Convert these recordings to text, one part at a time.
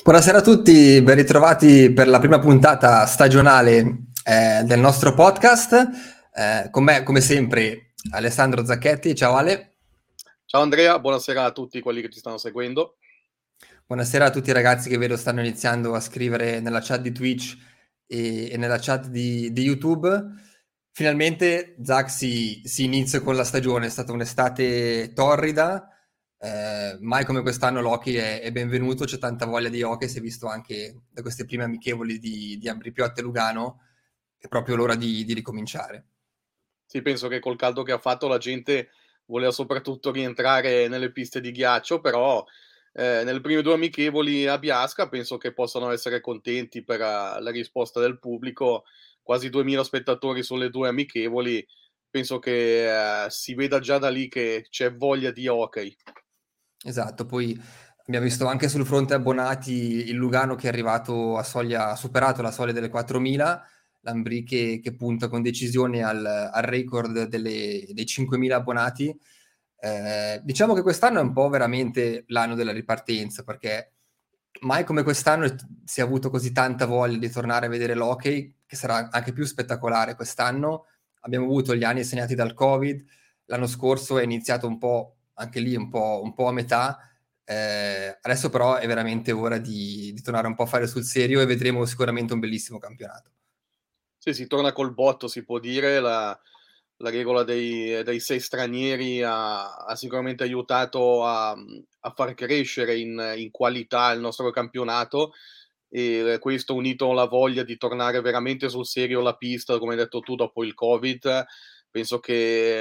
Buonasera a tutti, ben ritrovati per la prima puntata stagionale del nostro podcast. Con me, come sempre, Alessandro Zacchetti. Ciao Ale. Ciao Andrea, buonasera a tutti quelli che ci stanno seguendo. Buonasera a tutti i ragazzi che vedo stanno iniziando a scrivere nella chat di Twitch e nella chat di YouTube. Finalmente Zach si inizia con la stagione, è stata un'estate torrida. Mai come quest'anno l'hockey è benvenuto, c'è tanta voglia di hockey, si è visto anche da queste prime amichevoli di Ambri Piotta e Lugano, è proprio l'ora di ricominciare. Sì, penso che col caldo che ha fatto la gente voleva soprattutto rientrare nelle piste di ghiaccio, però nelle prime due amichevoli a Biasca penso che possano essere contenti per la risposta del pubblico. Quasi 2000 spettatori sulle due amichevoli, penso che si veda già da lì che c'è voglia di hockey. Esatto, poi abbiamo visto anche sul fronte abbonati il Lugano che è arrivato ha superato la soglia delle 4.000, l'Ambrì che punta con decisione al record dei 5.000 abbonati. Diciamo che quest'anno è un po' veramente l'anno della ripartenza, perché mai come quest'anno si è avuto così tanta voglia di tornare a vedere l'hockey, che sarà anche più spettacolare quest'anno. Abbiamo avuto gli anni segnati dal Covid, l'anno scorso è iniziato un po', anche lì un po' a metà. Adesso però è veramente ora di tornare un po' a fare sul serio e vedremo sicuramente un bellissimo campionato. Sì, si torna col botto, si può dire. La regola dei 6 stranieri ha sicuramente aiutato a far crescere in qualità il nostro campionato, e questo unito alla voglia di tornare veramente sul serio la pista, come hai detto tu, dopo il Covid, penso che,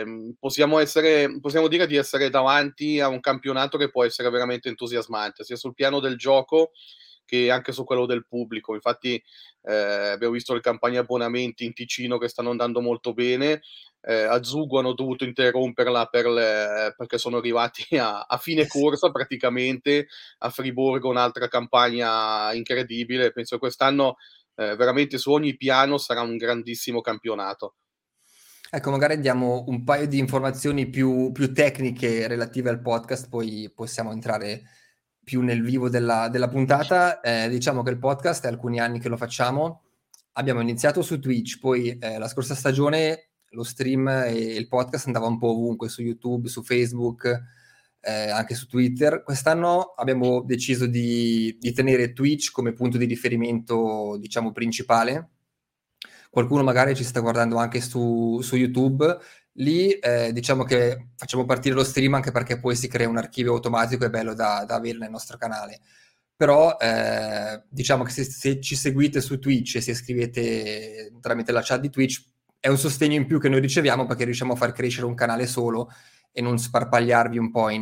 possiamo dire di essere davanti a un campionato che può essere veramente entusiasmante, sia sul piano del gioco che anche su quello del pubblico. Infatti, abbiamo visto le campagne abbonamenti in Ticino che stanno andando molto bene. A Zugo hanno dovuto interromperla perché sono arrivati a fine corsa praticamente. A Friburgo un'altra campagna incredibile. Penso che quest'anno, veramente su ogni piano sarà un grandissimo campionato. Ecco, magari diamo un paio di informazioni più tecniche relative al podcast, poi possiamo entrare più nel vivo della puntata. Diciamo che il podcast è alcuni anni che lo facciamo. Abbiamo iniziato su Twitch, poi la scorsa stagione lo stream e il podcast andava un po' ovunque, su YouTube, su Facebook, anche su Twitter. Quest'anno abbiamo deciso di tenere Twitch come punto di riferimento, diciamo, principale. Qualcuno magari ci sta guardando anche su YouTube. Lì diciamo che facciamo partire lo stream anche perché poi si crea un archivio automatico, è bello da avere nel nostro canale. Però diciamo che se ci seguite su Twitch e se iscrivete tramite la chat di Twitch è un sostegno in più che noi riceviamo, perché riusciamo a far crescere un canale solo e non sparpagliarvi un po'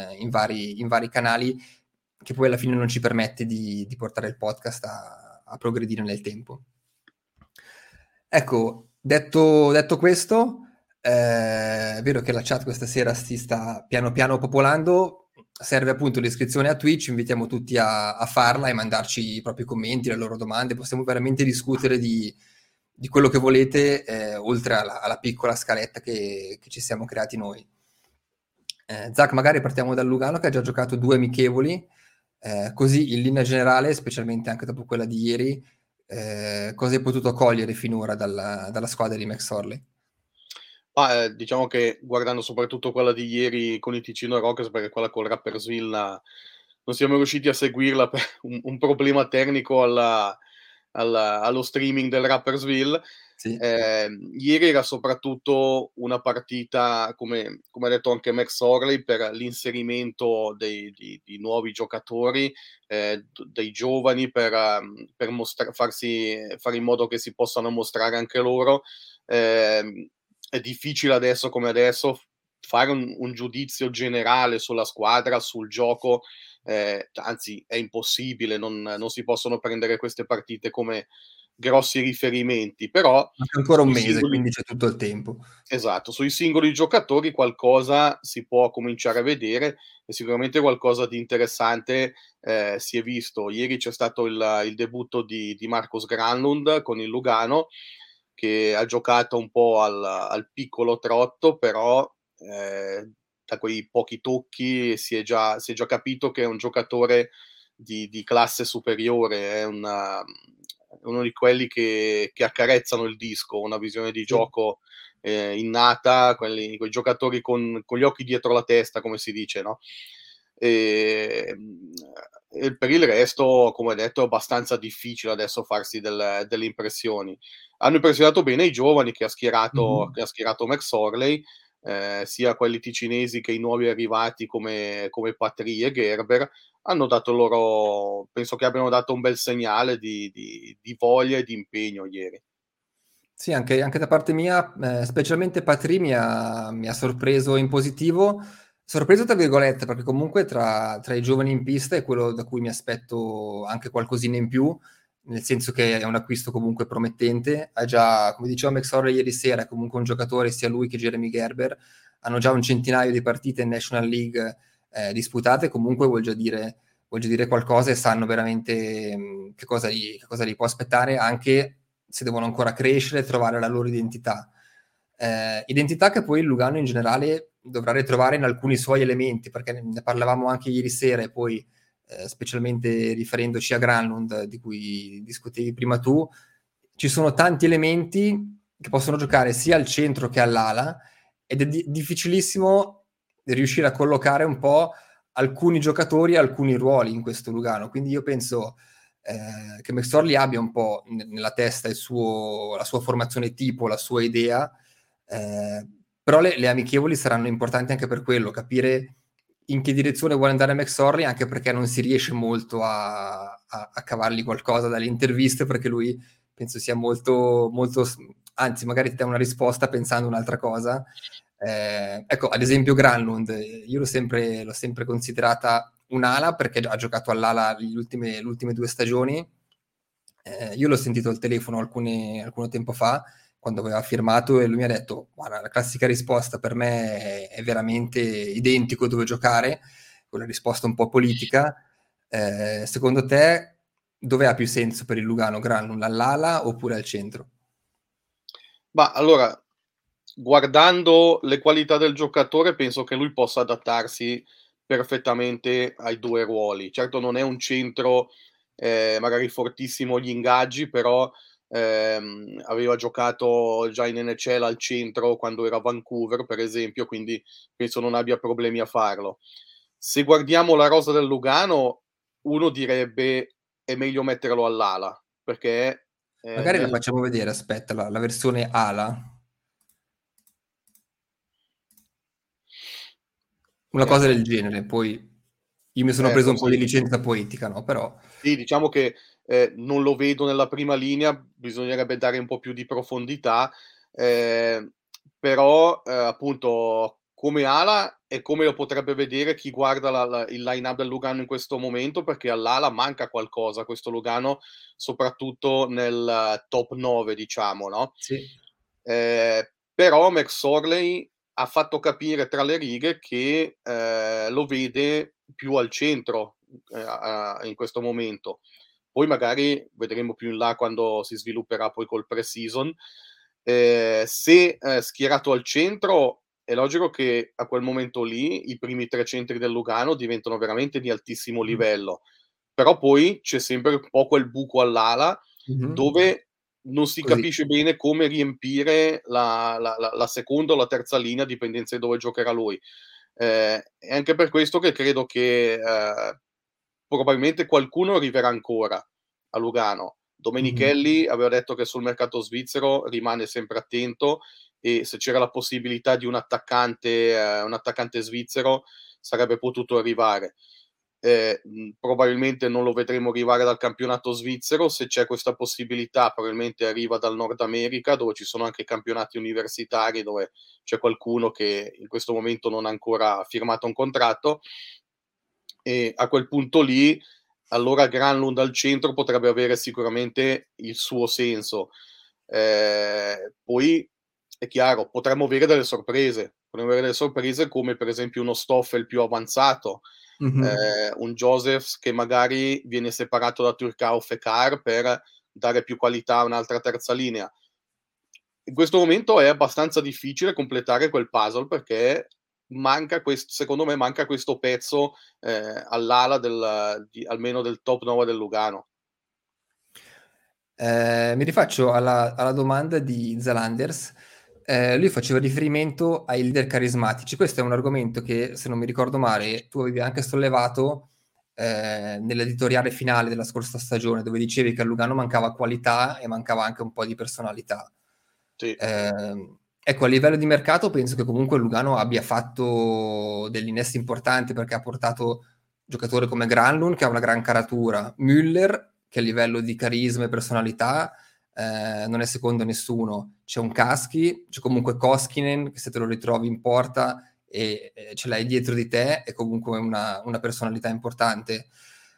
in vari canali, che poi alla fine non ci permette di portare il podcast a progredire nel tempo. Ecco, detto questo, è vero che la chat questa sera si sta piano piano popolando, serve appunto l'iscrizione a Twitch, invitiamo tutti a farla e mandarci i propri commenti, le loro domande, possiamo veramente discutere di quello che volete, oltre alla piccola scaletta che ci siamo creati noi. Zach, magari partiamo dal Lugano che ha già giocato 2 amichevoli, così in linea generale, specialmente anche dopo quella di ieri, cosa hai potuto cogliere finora dalla squadra di Max Orley? Ma, diciamo che guardando soprattutto quella di ieri con i Ticino Rockets, perché quella col Rapperswil non siamo riusciti a seguirla per un problema tecnico allo streaming del Rapperswil. Sì. Ieri era soprattutto una partita, come ha detto anche Max Orley, per l'inserimento di nuovi giocatori, dei giovani per fare in modo che si possano mostrare anche loro. È difficile adesso come adesso fare un giudizio generale sulla squadra, sul gioco, anzi è impossibile, non si possono prendere queste partite come grossi riferimenti, però Manca ancora un sui mese, singoli quindi c'è tutto il tempo. esatto, sui singoli giocatori qualcosa si può cominciare a vedere, e sicuramente qualcosa di interessante, si è visto. Ieri c'è stato il debutto di Marcus Granlund con il Lugano, che ha giocato un po' al piccolo trotto, però, da quei pochi tocchi si è già capito che è un giocatore di classe superiore, è uno di quelli che accarezzano il disco, una visione di Sì. gioco innata, quei giocatori con gli occhi dietro la testa, come si dice, no? Ehm, e per il resto, come detto, è abbastanza difficile adesso farsi delle impressioni. Hanno impressionato bene i giovani Mhm. che ha schierato McSorley, sia quelli ticinesi che i nuovi arrivati come Patry e Gerber, hanno dato loro, penso che abbiano dato un bel segnale di voglia e di impegno ieri. Sì, anche da parte mia, specialmente Patry mi ha sorpreso in positivo. Sorpreso tra virgolette, perché comunque tra i giovani in pista è quello da cui mi aspetto anche qualcosina in più, nel senso che è un acquisto comunque promettente. Ha già, come diceva McSorley ieri sera, è comunque un giocatore, sia lui che Jeremy Gerber, hanno già un centinaio di partite in National League disputate, comunque vuol già dire qualcosa e sanno veramente che cosa li può aspettare anche se devono ancora crescere e trovare la loro identità. Identità che poi il Lugano in generale dovrà ritrovare in alcuni suoi elementi, perché ne parlavamo anche ieri sera e poi specialmente riferendoci a Granlund di cui discutevi prima tu, ci sono tanti elementi che possono giocare sia al centro che all'ala ed è difficilissimo riuscire a collocare un po' alcuni giocatori, alcuni ruoli in questo Lugano. Quindi io penso che McSorley abbia un po' nella testa la sua formazione tipo, la sua idea, però le amichevoli saranno importanti anche per quello, capire in che direzione vuole andare McSorley, anche perché non si riesce molto a cavargli qualcosa dalle interviste, perché lui penso sia molto, anzi magari ti dà una risposta pensando un'altra cosa. Ecco, ad esempio Granlund, io l'ho sempre considerata un'ala perché ha giocato all'ala le ultime 2 stagioni. Io l'ho sentito al telefono alcune tempo fa, quando aveva firmato, e lui mi ha detto: guarda, la classica risposta per me è veramente identico dove giocare, quella risposta un po' politica. Secondo te, dove ha più senso per il Lugano, Granlund, all'ala oppure al centro? Ma allora, guardando le qualità del giocatore, penso che lui possa adattarsi perfettamente ai 2 ruoli. Certo non è un centro, magari fortissimo agli ingaggi, però, aveva giocato già in NHL al centro quando era a Vancouver, per esempio, quindi penso non abbia problemi a farlo. Se guardiamo la rosa del Lugano, uno direbbe: è meglio metterlo all'ala, perché, Magari la nel facciamo vedere, aspetta, la versione ala, una cosa allora del genere. Poi io mi sono preso un po' di sì. licenza poetica, no? Però Sì, diciamo che, non lo vedo nella prima linea, bisognerebbe dare un po' più di profondità, ehm, però, appunto come ala è come lo potrebbe vedere chi guarda il line-up del Lugano in questo momento, perché all'ala manca qualcosa a questo Lugano, soprattutto nel top 9 diciamo, no, sì. però McSorley ha fatto capire tra le righe che, lo vede più al centro, in questo momento. Poi magari vedremo più in là quando si svilupperà poi col pre-season. Se, schierato al centro, è logico che a quel momento lì i primi 3 centri del Lugano diventano veramente di altissimo Mh. livello, però poi c'è sempre un po' quel buco all'ala Mh-mh. dove non si Così. capisce bene come riempire la seconda o la terza linea, dipendenza di dove giocherà lui. È anche per questo che credo che, probabilmente qualcuno arriverà ancora a Lugano. Mh-mh. Domenichelli aveva detto che sul mercato svizzero rimane sempre attento e se c'era la possibilità di un attaccante svizzero sarebbe potuto arrivare. Probabilmente non lo vedremo arrivare dal campionato svizzero, se c'è questa possibilità probabilmente arriva dal Nord America, dove ci sono anche campionati universitari, dove c'è qualcuno che in questo momento non ha ancora firmato un contratto e a quel punto lì, allora Granlund al centro potrebbe avere sicuramente il suo senso. Poi è chiaro, potremmo avere delle sorprese come per esempio uno Stoffel più avanzato, Mh-mh. un Josephs che magari viene separato da Turcauf e Carr per dare più qualità a un'altra terza linea. In questo momento è abbastanza difficile completare quel puzzle perché secondo me manca questo pezzo all'ala almeno del top 9 del Lugano. Mi rifaccio alla domanda di Zalanders. Lui faceva riferimento ai leader carismatici. Questo è un argomento che, se non mi ricordo male, tu avevi anche sollevato nell'editoriale finale della scorsa stagione, dove dicevi che a Lugano mancava qualità e mancava anche un po' di personalità. Sì. Ecco, a livello di mercato penso che comunque Lugano abbia fatto degli innesti importanti, perché ha portato giocatori come Granlund, che ha una gran caratura, Müller, che a livello di carisma e personalità non è secondo a nessuno. C'è un Kasky, c'è comunque Koskinen, che se te lo ritrovi in porta e ce l'hai dietro di te, è comunque una personalità importante.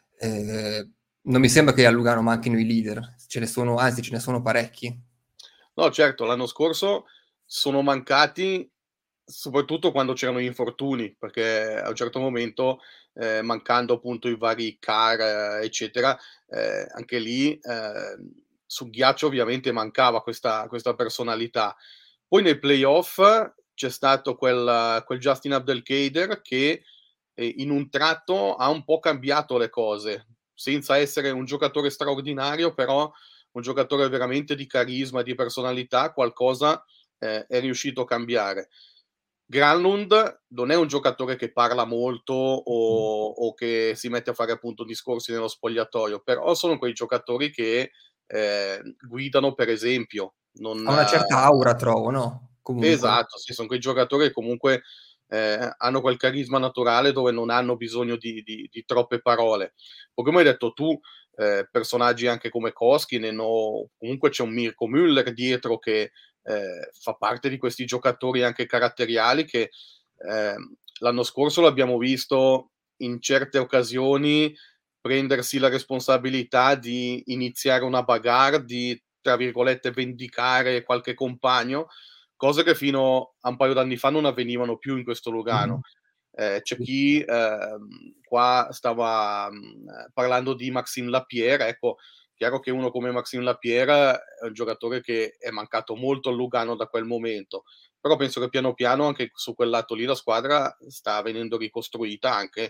Non mi sembra che a Lugano manchino i leader, ce ne sono, anzi ce ne sono parecchi. No, certo, l'anno scorso sono mancati soprattutto quando c'erano gli infortuni, perché a un certo momento, mancando appunto i vari Carr, eccetera, anche lì, sul ghiaccio ovviamente mancava questa personalità. Poi nei playoff c'è stato quel Justin Abdelkader che, in un tratto ha un po' cambiato le cose, senza essere un giocatore straordinario, però un giocatore veramente di carisma, di personalità, qualcosa, è riuscito a cambiare. Granlund non è un giocatore che parla molto o che si mette a fare appunto discorsi nello spogliatoio, però sono quei giocatori che, guidano per esempio, non Ha una certa aura, trovo, no? Comunque. esatto, sì, son quei giocatori che comunque, hanno quel carisma naturale dove non hanno bisogno di troppe parole. O come hai detto tu, personaggi anche come Koskinen o comunque c'è un Mirko Müller dietro che, fa parte di questi giocatori anche caratteriali che, l'anno scorso l'abbiamo visto in certe occasioni prendersi la responsabilità di iniziare una bagarre, di, tra virgolette, "vendicare" qualche compagno, cose che fino a un paio d'anni fa non avvenivano più in questo Lugano. Mh-mh. C'è chi, qua stava, parlando di Maxime Lapierre, ecco, chiaro che uno come Maxime Lapierre è un giocatore che è mancato molto al Lugano da quel momento, però penso che piano piano anche su quel lato lì la squadra sta venendo ricostruita anche,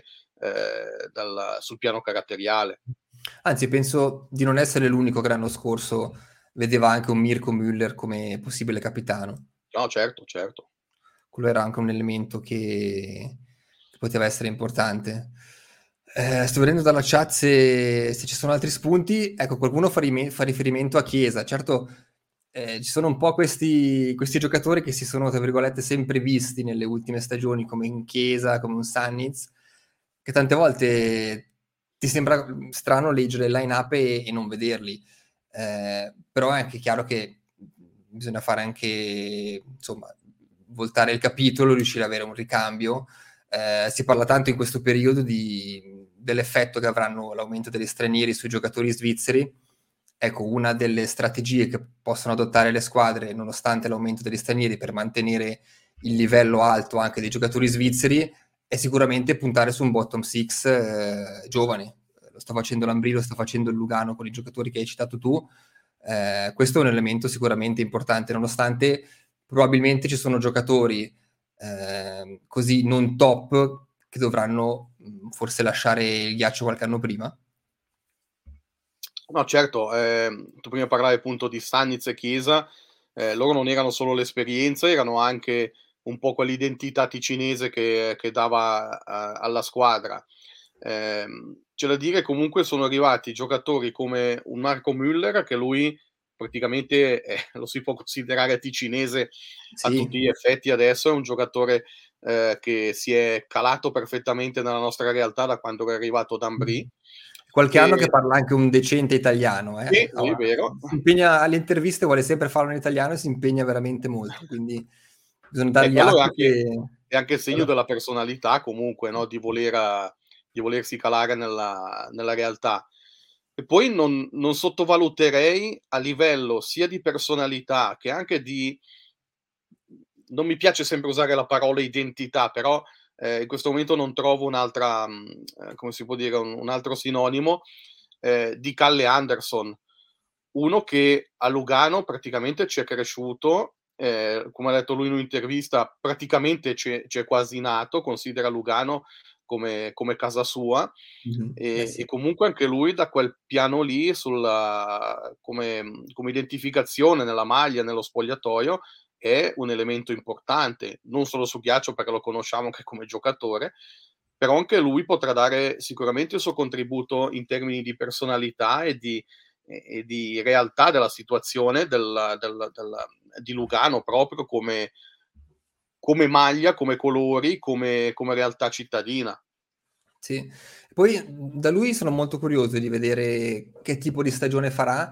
sul piano caratteriale. Anzi, penso di non essere l'unico che l'anno scorso vedeva anche un Mirko Müller come possibile capitano. No, certo, certo. Quello era anche un elemento che poteva essere importante. Sto vedendo dalla chat se ci sono altri spunti. Ecco, qualcuno fa riferimento a Chiesa. Certo, ci sono un po' questi giocatori che si sono, tra virgolette, sempre visti nelle ultime stagioni, come un Chiesa, come un Sanniz, che tante volte ti sembra strano leggere il line-up e non vederli. Però è anche chiaro che bisogna fare anche, insomma, voltare il capitolo, riuscire ad avere un ricambio. Si parla tanto in questo periodo dell'effetto che avranno l'aumento degli stranieri sui giocatori svizzeri. Ecco, una delle strategie che possono adottare le squadre, nonostante l'aumento degli stranieri, per mantenere il livello alto anche dei giocatori svizzeri, è sicuramente puntare su un bottom six giovane. Lo sta facendo l'Ambrì, lo sta facendo il Lugano con i giocatori che hai citato tu. Questo è un elemento sicuramente importante, nonostante probabilmente ci sono giocatori così non top che dovranno forse lasciare il ghiaccio qualche anno prima. No, certo, tu prima parlavi appunto di Staniz e Chiesa, loro non erano solo l'esperienza, erano anche un po' quell'identità ticinese che dava alla squadra. C'è da dire comunque sono arrivati giocatori come un Marco Müller, che lui praticamente, lo si può considerare ticinese a Sì. tutti gli effetti adesso, è un giocatore, che si è calato perfettamente nella nostra realtà da quando è arrivato ad Ambrì. Qualche anno che E parla anche un decente italiano, sì, sì, ora vero. si impegna alle interviste, vuole sempre farlo in italiano e si impegna veramente molto, quindi bisogna E dargli quello atto che è anche il segno della personalità comunque, no, di volersi calare nella realtà. E poi non sottovaluterei a livello sia di personalità che anche di, non mi piace sempre usare la parola identità, però, in questo momento non trovo un'altra, come si può dire, un altro sinonimo, di Calle Anderson. Uno che a Lugano praticamente ci è cresciuto come ha detto lui in un'intervista, praticamente c'è quasi nato, considera Lugano come casa sua, Sì. e comunque anche lui da quel piano lì come identificazione nella maglia, nello spogliatoio, è un elemento importante, non solo su ghiaccio perché lo conosciamo anche come giocatore, però anche lui potrà dare sicuramente il suo contributo in termini di personalità e di realtà della situazione di Lugano proprio come maglia, come colori, come realtà cittadina. Sì. Poi da lui sono molto curioso di vedere che tipo di stagione farà,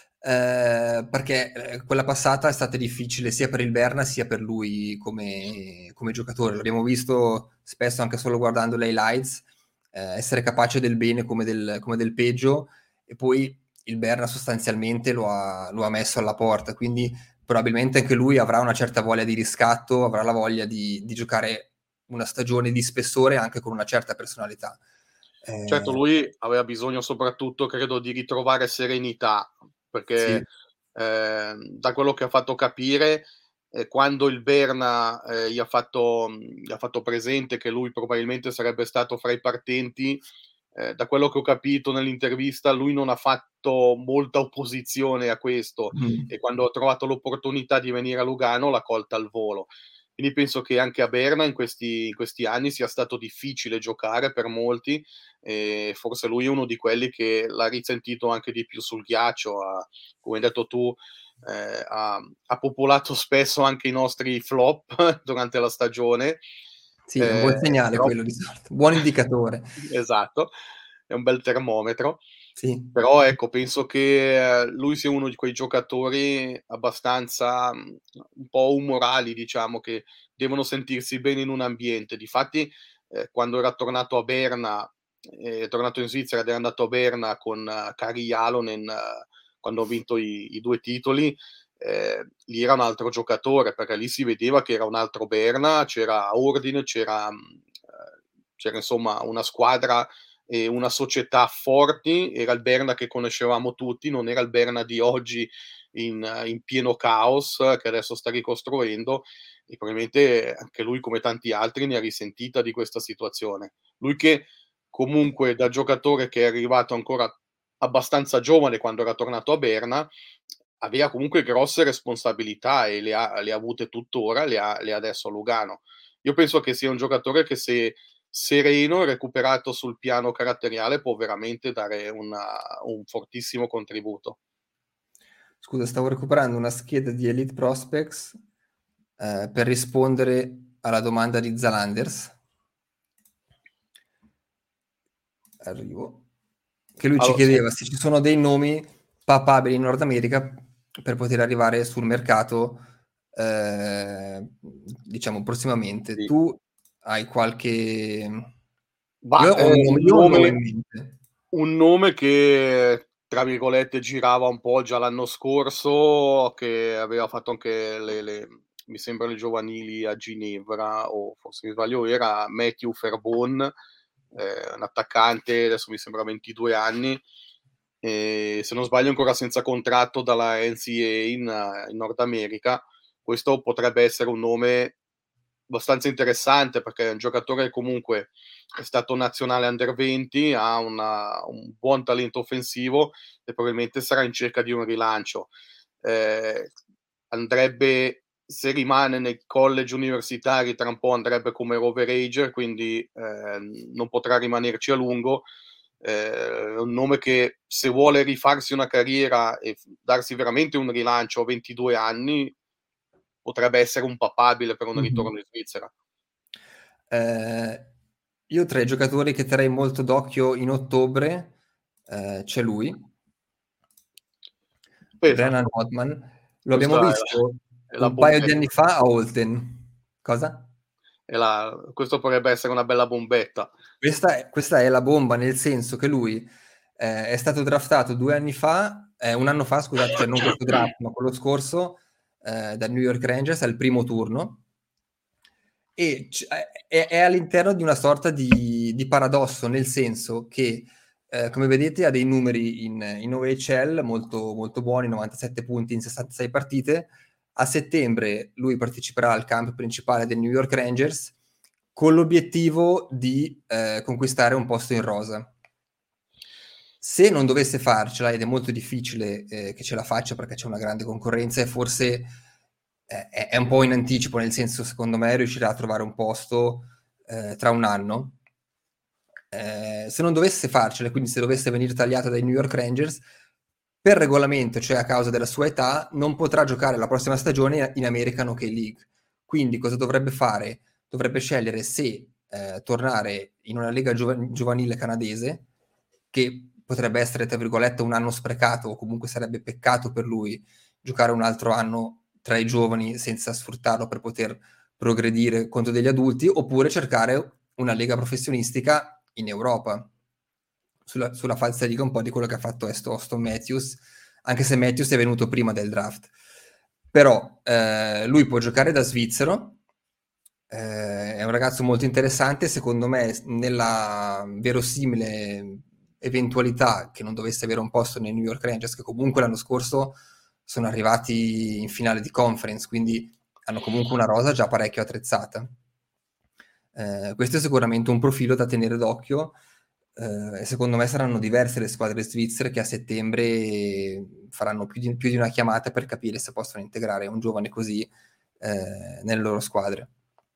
perché quella passata è stata difficile sia per il Berna sia per lui come giocatore. L'abbiamo visto spesso anche solo guardando le highlights, essere capace del bene come del peggio, e poi il Berna sostanzialmente lo ha messo alla porta, quindi probabilmente anche lui avrà una certa voglia di riscatto, avrà la voglia di giocare una stagione di spessore anche con una certa personalità. Certo, lui aveva bisogno soprattutto, credo, di ritrovare serenità, Sì, perché, da quello che ha fatto capire, quando il Berna, gli ha fatto presente che lui probabilmente sarebbe stato fra i partenti, da quello che ho capito nell'intervista, lui non ha fatto molta opposizione a questo, mh, e quando ha trovato l'opportunità di venire a Lugano l'ha colta al volo. Quindi penso che anche a Berna in questi anni sia stato difficile giocare per molti, e forse lui è uno di quelli che l'ha risentito anche di più sul ghiaccio, come hai detto tu, ha popolato spesso anche i nostri flop durante la stagione, sì, è un buon segnale però quello di solito, buon indicatore. esatto, è un bel termometro. Sì, Però ecco, penso che lui sia uno di quei giocatori abbastanza, un po' umorali, diciamo, che devono sentirsi bene in un ambiente. Difatti, quando era tornato a Berna, è tornato in Svizzera ed è andato a Berna con Kari Jalonen, quando ha vinto i 2 titoli, lì era un altro giocatore, perché lì si vedeva che era un altro Berna, c'era ordine, c'era insomma una squadra e una società forti, era il Berna che conoscevamo tutti, non era il Berna di oggi in pieno caos che adesso sta ricostruendo, e probabilmente anche lui, come tanti altri, ne ha risentita di questa situazione. Lui che comunque da giocatore che è arrivato ancora abbastanza giovane quando era tornato a Berna, aveva comunque grosse responsabilità e le ha avute tuttora, le ha adesso a Lugano. Io penso che sia un giocatore che, se sereno e recuperato sul piano caratteriale, può veramente dare un fortissimo contributo. scusa, stavo recuperando una scheda di Elite Prospects, per rispondere alla domanda di Zalanders. Arrivo. Che lui ci Se chiedeva se ci sono dei nomi papabili in Nord America per poter arrivare sul mercato, diciamo prossimamente. sì. Tu hai qualche... Ma, Io ho un nome in mente. un nome che, tra virgolette, "girava" un po' già l'anno scorso, che aveva fatto anche le mi sembra le giovanili a Ginevra, o forse mi sbaglio, era Matthew Fairbairn, un attaccante, adesso mi sembra 22 anni, se non sbaglio ancora senza contratto dalla NCAA in Nord America. Questo potrebbe essere un nome abbastanza interessante, perché è un giocatore che comunque è stato nazionale under 20, ha un buon talento offensivo e probabilmente sarà in cerca di un rilancio. Ehm, andrebbe Se rimane nei college universitari, tra un po' andrebbe come overager, quindi, non potrà rimanerci a lungo. È un nome che, se vuole rifarsi una carriera e darsi veramente un rilancio a 22 anni, potrebbe essere un papabile per un Mh-mh. ritorno in Svizzera. Ehm, io tra i giocatori che terrei molto d'occhio in ottobre, c'è lui, Brennan Esatto, Hodgman. Lo abbiamo questa visto è la un paio di bombetta. anni fa a Olten. Cosa? Questo potrebbe essere una bella bombetta. Questa è la bomba, nel senso che lui, è stato draftato 2 anni fa, 1 anno fa scusate, cioè non questo draft, ma quello scorso, dal New York Rangers al primo turno, e è all'interno di una sorta di paradosso, nel senso che, come vedete ha dei numeri in OHL molto, molto buoni, 97 punti in 66 partite, A settembre lui parteciperà al camp principale del New York Rangers con l'obiettivo di conquistare un posto in rosa. Se non dovesse farcela, ed è molto difficile che ce la faccia perché c'è una grande concorrenza e forse è un po' in anticipo, nel senso, secondo me riuscirà a trovare un posto tra un anno. Se non dovesse farcela, quindi se dovesse venire tagliato dai New York Rangers, per regolamento, cioè a causa della sua età, non potrà giocare la prossima stagione in American Hockey League. Quindi cosa dovrebbe fare? Dovrebbe scegliere se tornare in una lega giovanile canadese, che potrebbe essere, tra virgolette, un anno sprecato, o comunque sarebbe peccato per lui giocare un altro anno tra i giovani senza sfruttarlo per poter progredire contro degli adulti, oppure cercare una lega professionistica in Europa, sulla falsa riga un po' di quello che ha fatto Auston Matthews, anche se Matthews è venuto prima del draft. Però lui può giocare da svizzero, è un ragazzo molto interessante, secondo me nella verosimile eventualità che non dovesse avere un posto nei New York Rangers, che comunque l'anno scorso sono arrivati in finale di conference, quindi hanno comunque una rosa già parecchio attrezzata. Questo è sicuramente un profilo da tenere d'occhio, e secondo me saranno diverse le squadre svizzere che a settembre faranno più di una chiamata per capire se possono integrare un giovane così nelle loro squadre.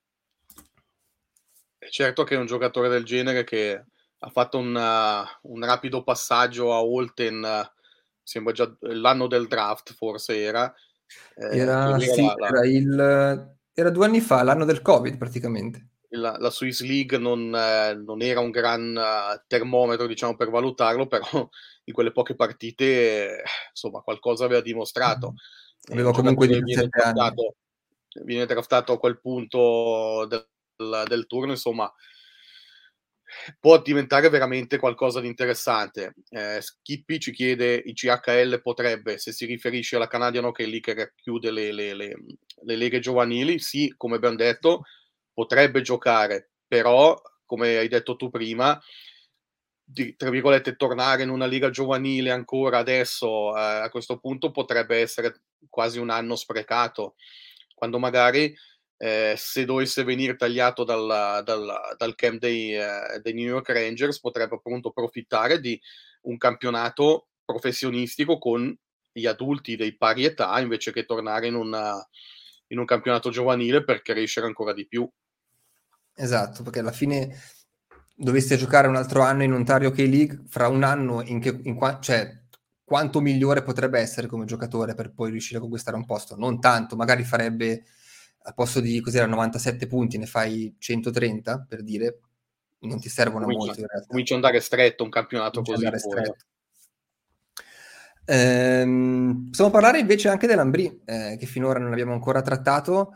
È certo che è un giocatore del genere che ha fatto un rapido passaggio a Holten, sembra già l'anno del draft forse era. Era, sì, era 2 anni fa, l'anno del Covid praticamente. La Swiss League non era un gran termometro, diciamo, per valutarlo, però in quelle poche partite, insomma, qualcosa aveva dimostrato. È un Aveva comunque giocatore che 17 anni. viene draftato a quel punto del turno, insomma, può diventare veramente qualcosa di interessante. Skippy ci chiede: "Il CHL potrebbe", se si riferisce alla Canadian Hockey League che racchiude le leghe giovanili, sì, come abbiam detto, potrebbe giocare, però, come hai detto tu prima, di, tra virgolette, "tornare in una liga giovanile ancora adesso, a questo punto potrebbe essere quasi un anno sprecato, quando magari, se dovesse venir tagliato dal camp dei New York Rangers, potrebbe appunto approfittare di un campionato professionistico con gli adulti dei pari età, invece che tornare in un campionato giovanile per crescere ancora di più." Esatto, perché alla fine dovessi giocare un altro anno in Ontario Hockey League, fra un anno cioè, quanto migliore potrebbe essere come giocatore per poi riuscire a conquistare un posto? Non tanto, magari farebbe al posto di cos'era 97 punti, ne fai 130 per dire, non ti servono molto in realtà. Comincia ad andare stretto un campionato Comincia ad così andare poi. stretto. Possiamo parlare invece anche dell'Ambry, che finora non abbiamo ancora trattato.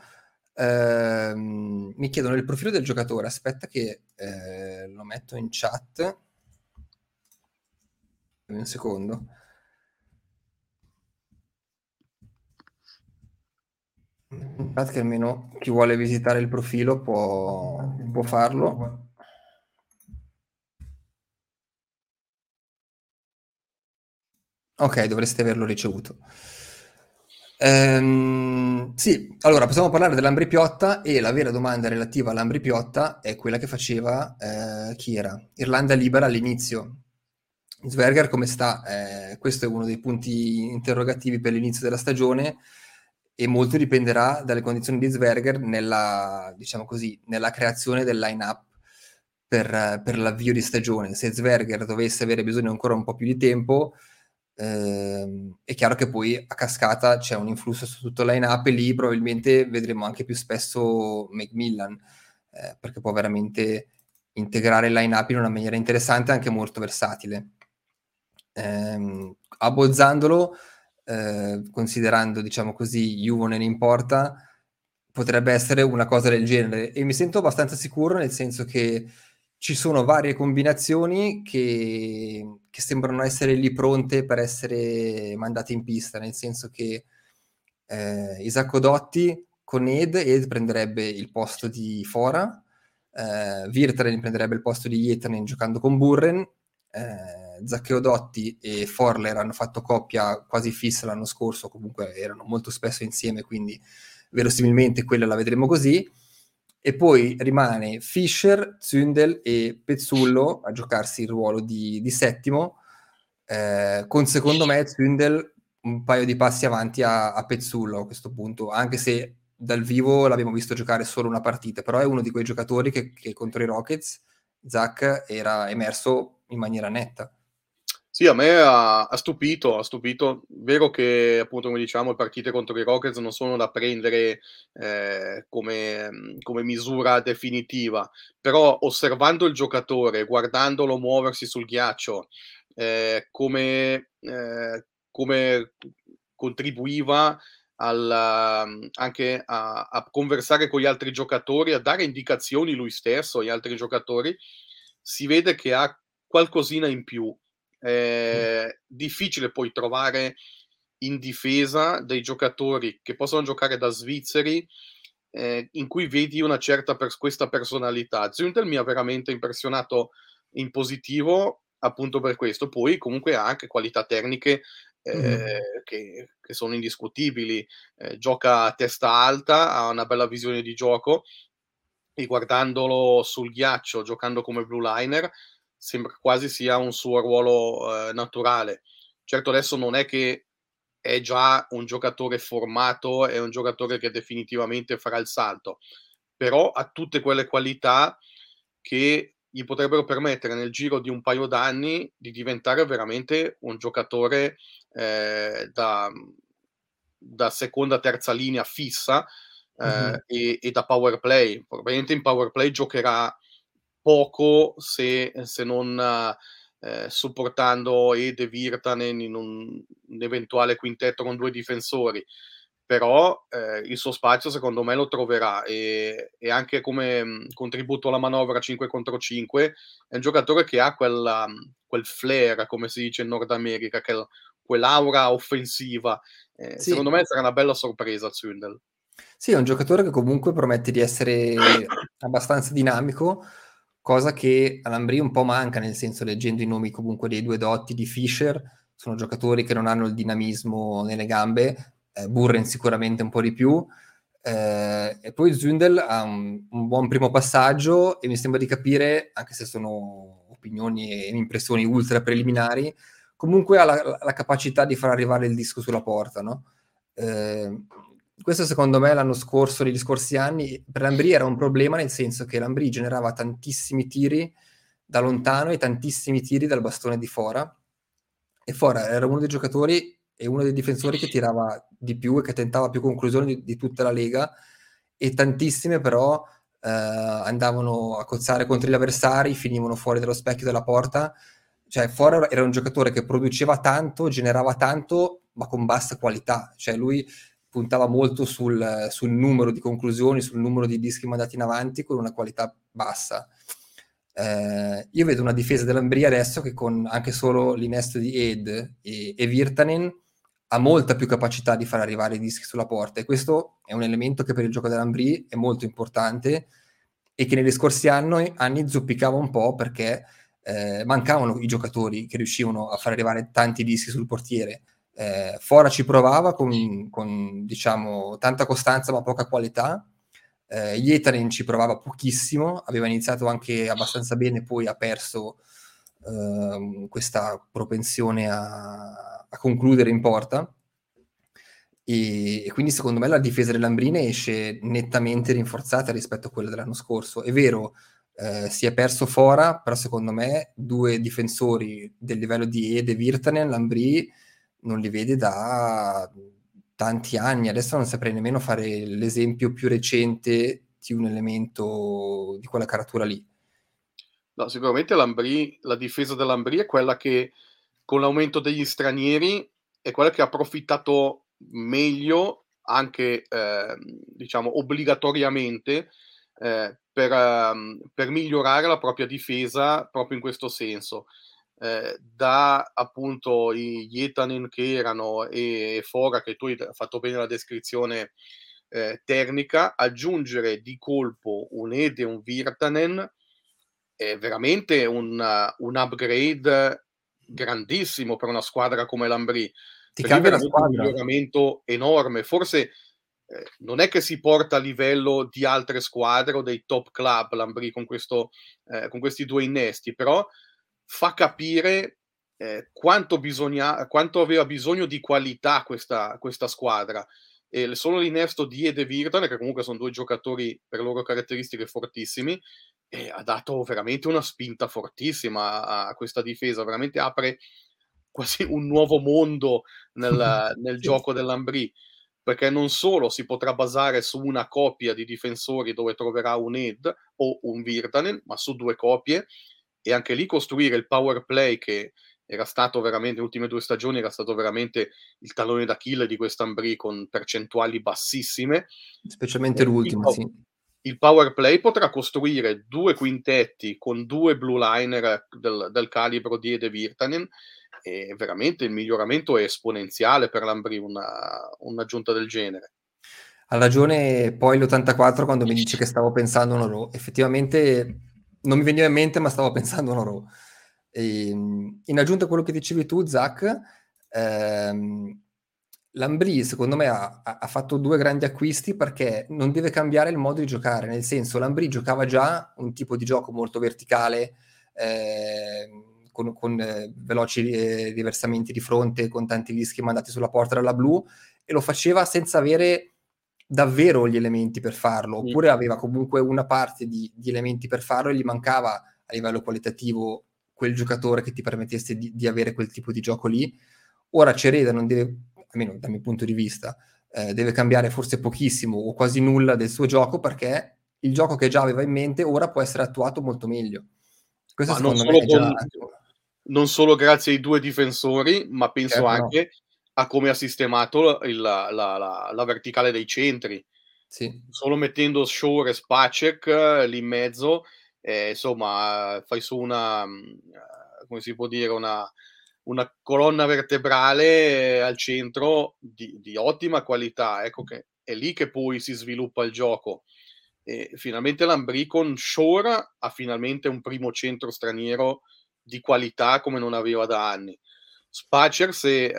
Mi chiedono il profilo del giocatore, aspetta che lo metto in chat. Un secondo. Che almeno chi vuole visitare il profilo può farlo. Ok, dovreste averlo ricevuto. Sì, allora possiamo parlare dell'Ambri Piotta, e la vera domanda relativa all'Ambri Piotta è quella che faceva chi era? Irlanda Libera all'inizio. Zwerger come sta? Questo è uno dei punti interrogativi per l'inizio della stagione, e molto dipenderà dalle condizioni di Zwerger nella, diciamo così, nella creazione del line-up per l'avvio di stagione. Se Zwerger dovesse avere bisogno ancora un po' più di tempo, è chiaro che poi a cascata c'è un influsso su tutto il line-up, e lì probabilmente vedremo anche più spesso McMillan, perché può veramente integrare il line-up in una maniera interessante e anche molto versatile. Abbozzandolo, considerando, diciamo così, Juvonen in porta, potrebbe essere una cosa del genere, e mi sento abbastanza sicuro, nel senso che ci sono varie combinazioni che sembrano essere lì pronte per essere mandate in pista, nel senso che Isacco Dotti con Ed prenderebbe il posto di Fora, Virtanen prenderebbe il posto di Jetanen giocando con Burren, Zaccheo Dotti e Forler hanno fatto coppia quasi fissa l'anno scorso, comunque erano molto spesso insieme, quindi verosimilmente quella la vedremo così. E poi rimane Fischer, Zündel e Pezzullo a giocarsi il ruolo di settimo, con secondo me Zündel un paio di passi avanti a Pezzullo a questo punto, anche se dal vivo l'abbiamo visto giocare solo una partita, però è uno di quei giocatori che contro i Rockets, Zach, era emerso in maniera netta. Sì, a me ha stupito. Vero che appunto, come diciamo, le partite contro i Rockets non sono da prendere, come misura definitiva, però osservando il giocatore, guardandolo muoversi sul ghiaccio, come contribuiva anche a conversare con gli altri giocatori, a dare indicazioni lui stesso agli altri giocatori, si vede che ha qualcosina in più. Difficile poi trovare in difesa dei giocatori che possono giocare da svizzeri, in cui vedi una certa questa personalità. Zündel mi ha veramente impressionato in positivo, appunto per questo. Poi comunque ha anche qualità tecniche, che sono indiscutibili. Gioca a testa alta, ha una bella visione di gioco e guardandolo sul ghiaccio, giocando come blue liner, sembra quasi sia un suo ruolo, naturale. Certo adesso non è che è già un giocatore formato, è un giocatore che definitivamente farà il salto, però ha tutte quelle qualità che gli potrebbero permettere nel giro di un paio d'anni di diventare veramente un giocatore, da seconda, terza linea fissa, e da power play. Probabilmente in power play giocherà poco se non, supportando Ede Virtanen in un eventuale quintetto con 2 difensori. Però, il suo spazio secondo me lo troverà, e anche come, contributo alla manovra 5 contro 5 è un giocatore che ha quel flair, come si dice in Nord America, quell'aura offensiva. Secondo Sì, me sarà una bella sorpresa Zündel. sì, è un giocatore che comunque promette di essere abbastanza dinamico, cosa che a Lambrì un po' manca, nel senso, leggendo i nomi comunque dei due dotti di Fischer, sono giocatori che non hanno il dinamismo nelle gambe, Burren sicuramente un po' di più, e poi Zündel ha un buon primo passaggio e mi sembra di capire, anche se sono opinioni e impressioni ultra preliminari, comunque ha la capacità di far arrivare il disco sulla porta, no? Eh, Questo secondo me l'anno scorso, negli scorsi anni, per Lambrì era un problema, nel senso che Lambrì generava tantissimi tiri da lontano e tantissimi tiri dal bastone di Fora, e Fora era uno dei giocatori e uno dei difensori che tirava di più e che tentava più conclusioni di tutta la Lega, e tantissime però andavano a cozzare contro gli avversari, finivano fuori dallo specchio della porta. Cioè Fora era un giocatore che produceva tanto, generava tanto, ma con bassa qualità. Cioè lui puntava molto sul numero di conclusioni, sul numero di dischi mandati in avanti, con una qualità bassa. Io vedo una difesa dell'Ambria adesso che, con anche solo l'innesto di Ed e Virtanen, ha molta più capacità di far arrivare i dischi sulla porta, e questo è un elemento che per il gioco dell'Ambria è molto importante, e che negli scorsi anni zoppicava un po' perché mancavano i giocatori che riuscivano a far arrivare tanti dischi sul portiere. Fora ci provava con diciamo tanta costanza ma poca qualità. Yetanen ci provava pochissimo, aveva iniziato anche abbastanza bene, poi ha perso questa propensione a concludere in porta, e quindi secondo me la difesa dell'Ambrine esce nettamente rinforzata rispetto a quella dell'anno scorso. È vero, si è perso Fora, però secondo me due difensori del livello di Ede Virtanen, Lambri non li vede da tanti anni. Adesso non saprei nemmeno fare l'esempio più recente di un elemento di quella caratura lì. No, sicuramente la difesa dell'Ambrì è quella che, con l'aumento degli stranieri, è quella che ha approfittato meglio, anche, diciamo obbligatoriamente, per migliorare la propria difesa proprio in questo senso. Da appunto i Yetanen che erano e Fora, che tu hai fatto bene la descrizione, tecnica, aggiungere di colpo un Ede e un Virtanen è veramente un upgrade grandissimo per una squadra come l'Ambrì. Ti Per lì cambia la veramente un squadra. miglioramento enorme. Forse non è che si porta a livello di altre squadre o dei top club l'Ambrì con questi 2 innesti, però fa capire quanto aveva bisogno di qualità questa squadra. E solo l'innesto di Ede Virtanen, che comunque son 2 giocatori per loro caratteristiche fortissimi, ha dato veramente una spinta fortissima a questa difesa, veramente apre quasi un nuovo mondo nel Sì. gioco dell'Ambrì, perché non solo si potrà basare su una coppia di difensori dove troverà un Ed o un Virtanen, ma su 2 coppie, e anche lì costruire il power play che era stato veramente, le ultime 2 stagioni era stato veramente il tallone d'Achille di quest'Ambrì con percentuali bassissime. Specialmente Il l'ultima, po sì. il power play potrà costruire 2 quintetti con 2 blue liner del calibro di Ede Virtanen, e veramente il miglioramento è esponenziale per l'Ambrì un'aggiunta del genere. Ha ragione poi l'84 quando mi dice che stavo pensando a un Oro. Effettivamente non mi veniva in mente, ma stavo pensando a un Oro. In aggiunta a quello che dicevi tu, Zach, l'Ambrì secondo me ha fatto 2 grandi acquisti perché non deve cambiare il modo di giocare, nel senso l'Ambrì giocava già un tipo di gioco molto verticale, con veloci riversamenti di fronte, con tanti rischi mandati sulla porta dalla blu, e lo faceva senza avere davvero gli elementi per farlo, Mh. oppure aveva comunque una parte di elementi per farlo e gli mancava a livello qualitativo quel giocatore che ti permettesse di avere quel tipo di gioco lì. Ora Cereda non deve, almeno dal mio punto di vista, deve cambiare forse pochissimo o quasi nulla del suo gioco, perché il gioco che già aveva in mente ora può essere attuato molto meglio. Questo Ma non secondo me solo è già con non solo grazie ai 2 difensori, ma penso certo, no, anche a come ha sistemato la verticale dei centri. sì. Solo mettendo Shaw e Spacek lì in mezzo, insomma fai su come si può dire, una colonna vertebrale al centro di ottima qualità. Ecco che è lì che poi si sviluppa il gioco. E finalmente l'Ambrì con Shaw ha finalmente un primo centro straniero di qualità come non aveva da anni. Spacer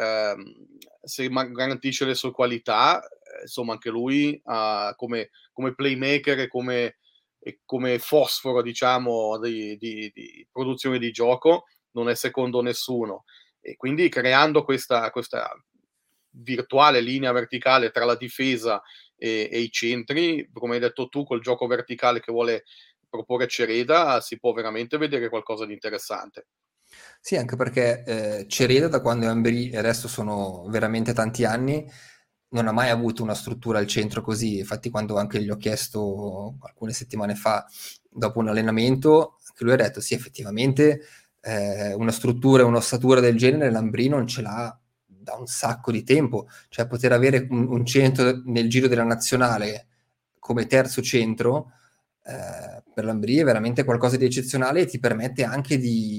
se garantisce le sue qualità, insomma anche lui come playmaker e come fosforo diciamo di produzione di gioco non è secondo nessuno. E quindi creando questa virtuale linea verticale tra la difesa e i centri, come hai detto tu, col gioco verticale che vuole proporre Cereda, si può veramente vedere qualcosa di interessante. Sì, anche perché Cereda, da quando è Ambry, e adesso sono veramente tanti anni, non ha mai avuto una struttura al centro così. Infatti, quando anche gli ho chiesto alcune settimane fa, dopo un allenamento, anche lui ha detto: sì, effettivamente una struttura e un'ossatura del genere l'Ambry non ce l'ha da un sacco di tempo. Cioè, poter avere un centro nel giro della nazionale come terzo centro per l'Ambry è veramente qualcosa di eccezionale e ti permette anche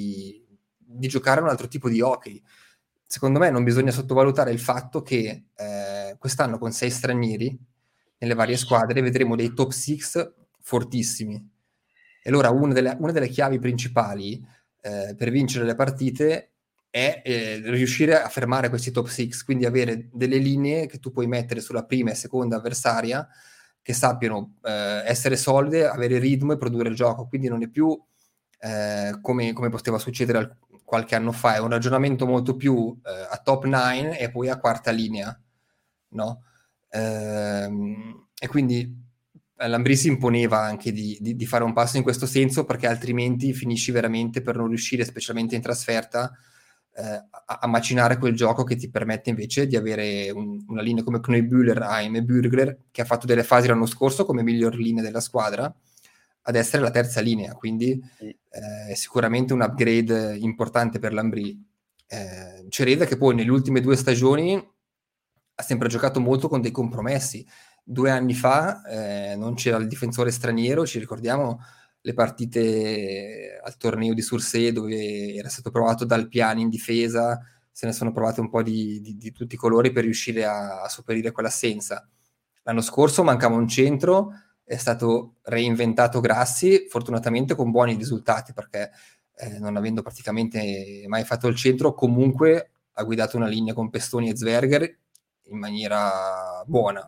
di giocare un altro tipo di hockey. Secondo me non bisogna sottovalutare il fatto che quest'anno con 6 stranieri nelle varie squadre vedremo dei top 6 fortissimi. E allora una delle chiavi principali per vincere le partite è riuscire a fermare questi top 6, quindi avere delle linee che tu puoi mettere sulla prima e seconda avversaria che sappiano essere solide, avere ritmo e produrre il gioco. Quindi non è più come poteva succedere qualche anno fa, è un ragionamento molto più a top 9 e poi a quarta linea, no? E quindi l'Ambri si imponeva anche di fare un passo in questo senso, perché altrimenti finisci veramente per non riuscire, specialmente in trasferta, a macinare quel gioco che ti permette invece di avere una linea come Kneubuehler, Haim e Bürgler, che ha fatto delle fasi l'anno scorso come miglior linea della squadra, ad essere la terza linea, quindi è sicuramente un upgrade importante per l'Ambri. Cereda che poi nelle ultime 2 stagioni ha sempre giocato molto con dei compromessi. 2 anni fa non c'era il difensore straniero, ci ricordiamo le partite al torneo di Sursee dove era stato provato Dal Piani in difesa, se ne sono provate un po' di tutti i colori per riuscire a sopperire quell'assenza. L'anno scorso mancava un centro, è stato reinventato Grassi, fortunatamente con buoni risultati, perché non avendo praticamente mai fatto il centro, comunque ha guidato una linea con Pestoni e Zwerger in maniera buona.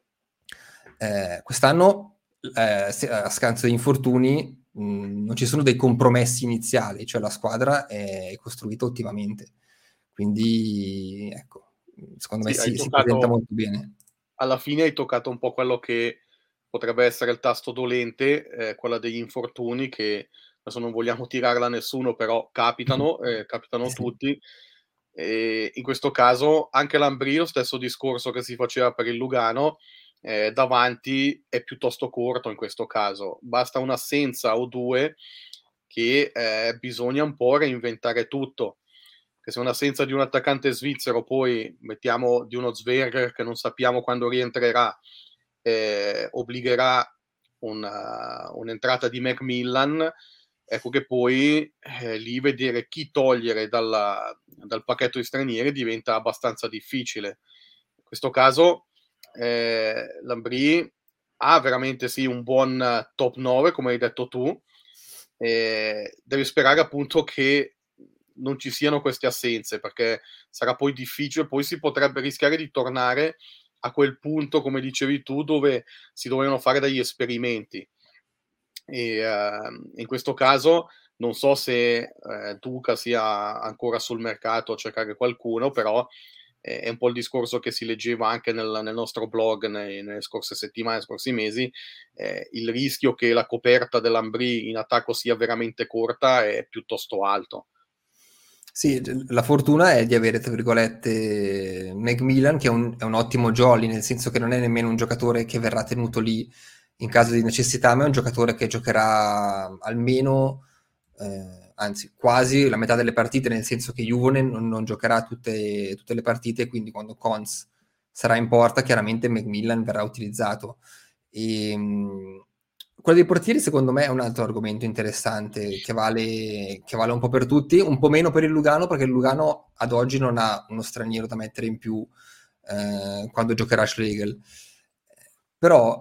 Quest'anno, a scanso di infortuni, non ci sono dei compromessi iniziali, cioè la squadra è costruita ottimamente. Quindi, ecco, secondo me Sì, si presenta molto bene. alla fine hai toccato un po' quello che potrebbe essere il tasto dolente, quella degli infortuni che adesso non vogliamo tirarla a nessuno, però capitano, Sì, capitano a sì. tutti. In questo caso anche Lambrì, lo stesso discorso che si faceva per il Lugano, davanti è piuttosto corto in questo caso. Basta un'assenza o 2 che, bisogna un po' reinventare tutto. Che se un'assenza di un attaccante svizzero, poi mettiamo di uno Zwerger che non sappiamo quando rientrerà, obbligherà un'entrata di Macmillan, ecco che poi lì vedere chi togliere dal pacchetto di stranieri diventa abbastanza difficile. In questo caso Lambrì ha veramente sì un buon top 9, come hai detto tu, devi sperare appunto che non ci siano queste assenze, perché sarà poi difficile, poi si potrebbe rischiare di tornare a quel punto, come dicevi tu, dove si dovevano fare degli esperimenti. In questo caso non so se Duca sia ancora sul mercato a cercare qualcuno, però è un po' il discorso che si leggeva anche nel nostro blog nelle scorse settimane, scorsi mesi, il rischio che la coperta dell'Ambrì in attacco sia veramente corta è piuttosto alto. Sì, la fortuna è di avere, tra virgolette, Macmillan, che è un ottimo jolly, nel senso che non è nemmeno un giocatore che verrà tenuto lì in caso di necessità, ma è un giocatore che giocherà almeno, anzi quasi la metà delle partite, nel senso che Juvonen non giocherà tutte le partite, quindi quando Cons sarà in porta, chiaramente Macmillan verrà utilizzato. E, quello dei portieri secondo me è un altro argomento interessante che vale un po' per tutti, un po' meno per il Lugano, perché il Lugano ad oggi non ha uno straniero da mettere in più quando giocherà Schlegel. Però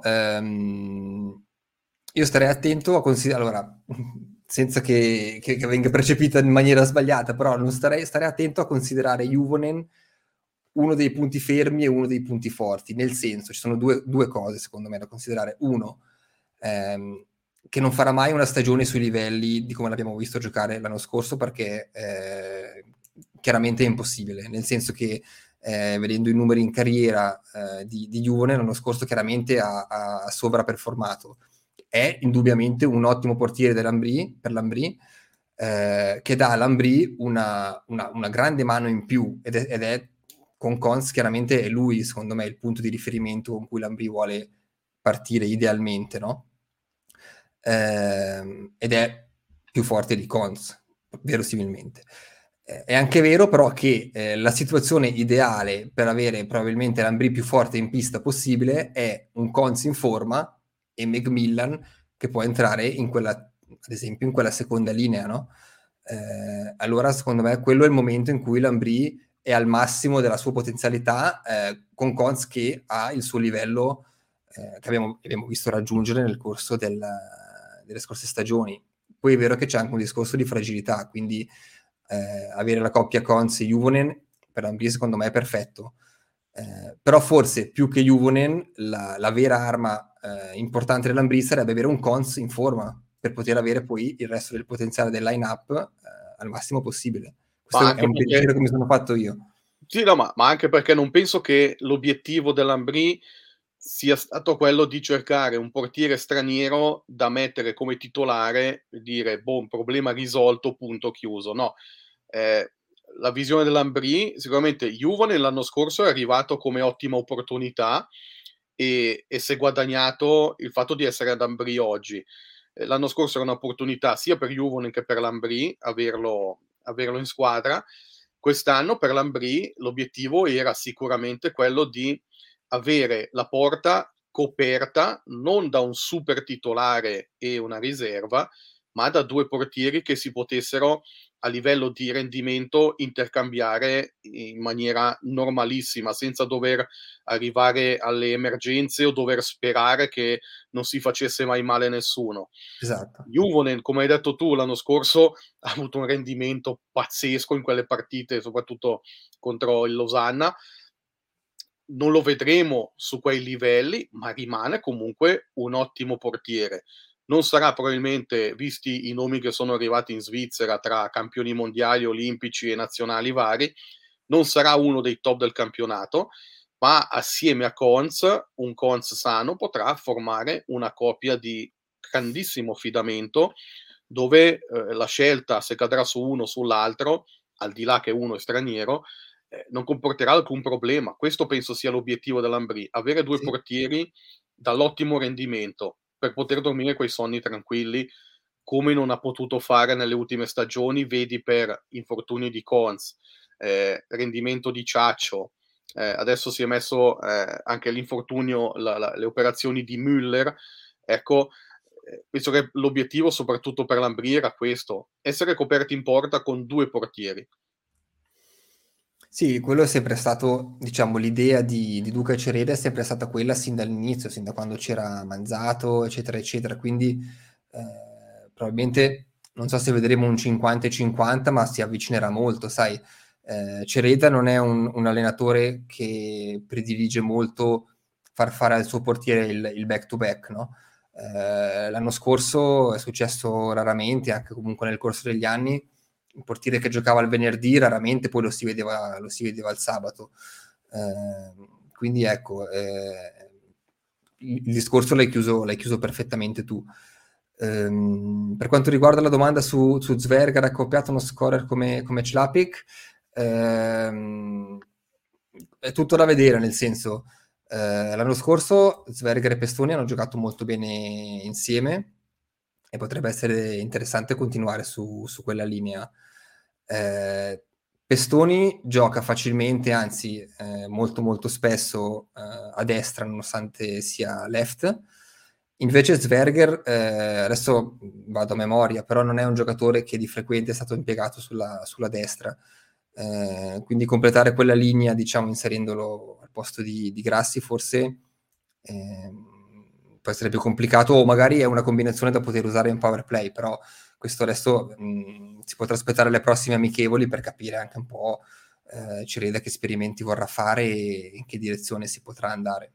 io starei attento a considerare, allora, senza che venga percepita in maniera sbagliata, però non starei attento a considerare Juvonen uno dei punti fermi e uno dei punti forti, nel senso, ci sono due cose secondo me da considerare. Uno, che non farà mai una stagione sui livelli di come l'abbiamo visto giocare l'anno scorso, perché chiaramente è impossibile, nel senso che vedendo i numeri in carriera di Juvonen l'anno scorso chiaramente ha sovraperformato. È indubbiamente un ottimo portiere per Lambrì, che dà a Lambrì una grande mano in più ed è con Cons chiaramente è lui secondo me il punto di riferimento con cui Lambrì vuole partire idealmente, no? Ed è più forte di Cons, verosimilmente. È anche vero però che la situazione ideale per avere probabilmente Lambrì più forte in pista possibile è un Cons in forma e Macmillan che può entrare in quella, ad esempio, in quella seconda linea, no? Allora, secondo me, quello è il momento in cui Lambrì è al massimo della sua potenzialità, con Cons che ha il suo livello che abbiamo visto raggiungere nel corso delle scorse stagioni. Poi è vero che c'è anche un discorso di fragilità, quindi avere la coppia Cons e Juvonen per Lambrì secondo me è perfetto. Però forse più che Juvonen la vera arma importante dell'Ambrì sarebbe avere un Cons in forma per poter avere poi il resto del potenziale del line-up al massimo possibile. Ma Questo è anche un pensiero perché che mi sono fatto io. sì, no, ma anche perché non penso che l'obiettivo dell'Ambrì sia stato quello di cercare un portiere straniero da mettere come titolare e dire: "Boh, problema risolto, punto, chiuso." No, ehm, la visione dell'Ambrì sicuramente Juvonen l'anno scorso è arrivato come ottima opportunità e s'è guadagnato il fatto di essere ad Ambrì oggi. L'anno scorso era un'opportunità sia per Juvonen che per l'Ambrì averlo in squadra. Quest'anno per l'Ambrì l'obiettivo era sicuramente quello di avere la porta coperta non da un super titolare e una riserva, ma da due portieri che si potessero a livello di rendimento intercambiare in maniera normalissima, senza dover arrivare alle emergenze o dover sperare che non si facesse mai male nessuno. Esatto. Juvonen, come hai detto tu, l'anno scorso ha avuto un rendimento pazzesco in quelle partite, soprattutto contro il Losanna. Non lo vedremo su quei livelli, ma rimane comunque un ottimo portiere. Non sarà probabilmente, visti i nomi che sono arrivati in Svizzera tra campioni mondiali, olimpici e nazionali vari, non sarà uno dei top del campionato, ma assieme a Cons, un Cons sano, potrà formare una coppia di grandissimo affidamento, dove la scelta se cadrà su uno o sull'altro, al di là che uno è straniero, non comporterà alcun problema. Questo penso sia l'obiettivo dell'Ambrì, avere 2 Sì. portieri dall'ottimo rendimento, per poter dormire quei sonni tranquilli, come non ha potuto fare nelle ultime stagioni, vedi per infortuni di Cons, rendimento di Ciaccio, adesso si è messo, anche l'infortunio, le operazioni di Müller. Ecco, penso che l'obiettivo soprattutto per l'Ambrì era questo: essere coperti in porta con 2 portieri. Sì, quello è sempre stato, diciamo, l'idea di Duca e Cereda è sempre stata quella sin dall'inizio, sin da quando c'era Manzato, eccetera, eccetera. Quindi probabilmente, non so se vedremo un 50 e 50, ma si avvicinerà molto, sai. Cereda non è un allenatore che predilige molto far fare al suo portiere il back-to-back, no? L'anno scorso è successo raramente, anche comunque nel corso degli anni, un portiere che giocava il venerdì raramente poi lo si vedeva il sabato. Quindi ecco, il discorso l'hai chiuso perfettamente tu. Per quanto riguarda la domanda su Zverga raccoppiato uno scorer come Čapik, è tutto da vedere, nel senso, l'anno scorso Zverga e Pestoni hanno giocato molto bene insieme e potrebbe essere interessante continuare su quella linea. Pestoni gioca facilmente, anzi molto molto spesso a destra, nonostante sia left. Invece Zverger, adesso vado a memoria, però non è un giocatore che di frequente è stato impiegato sulla destra. Quindi completare quella linea, diciamo, inserendolo al posto di Grassi, forse può essere più complicato, o magari è una combinazione da poter usare in power play, però questo adesso si potrà aspettare le prossime amichevoli per capire anche un po' Cereda che esperimenti vorrà fare e in che direzione si potrà andare.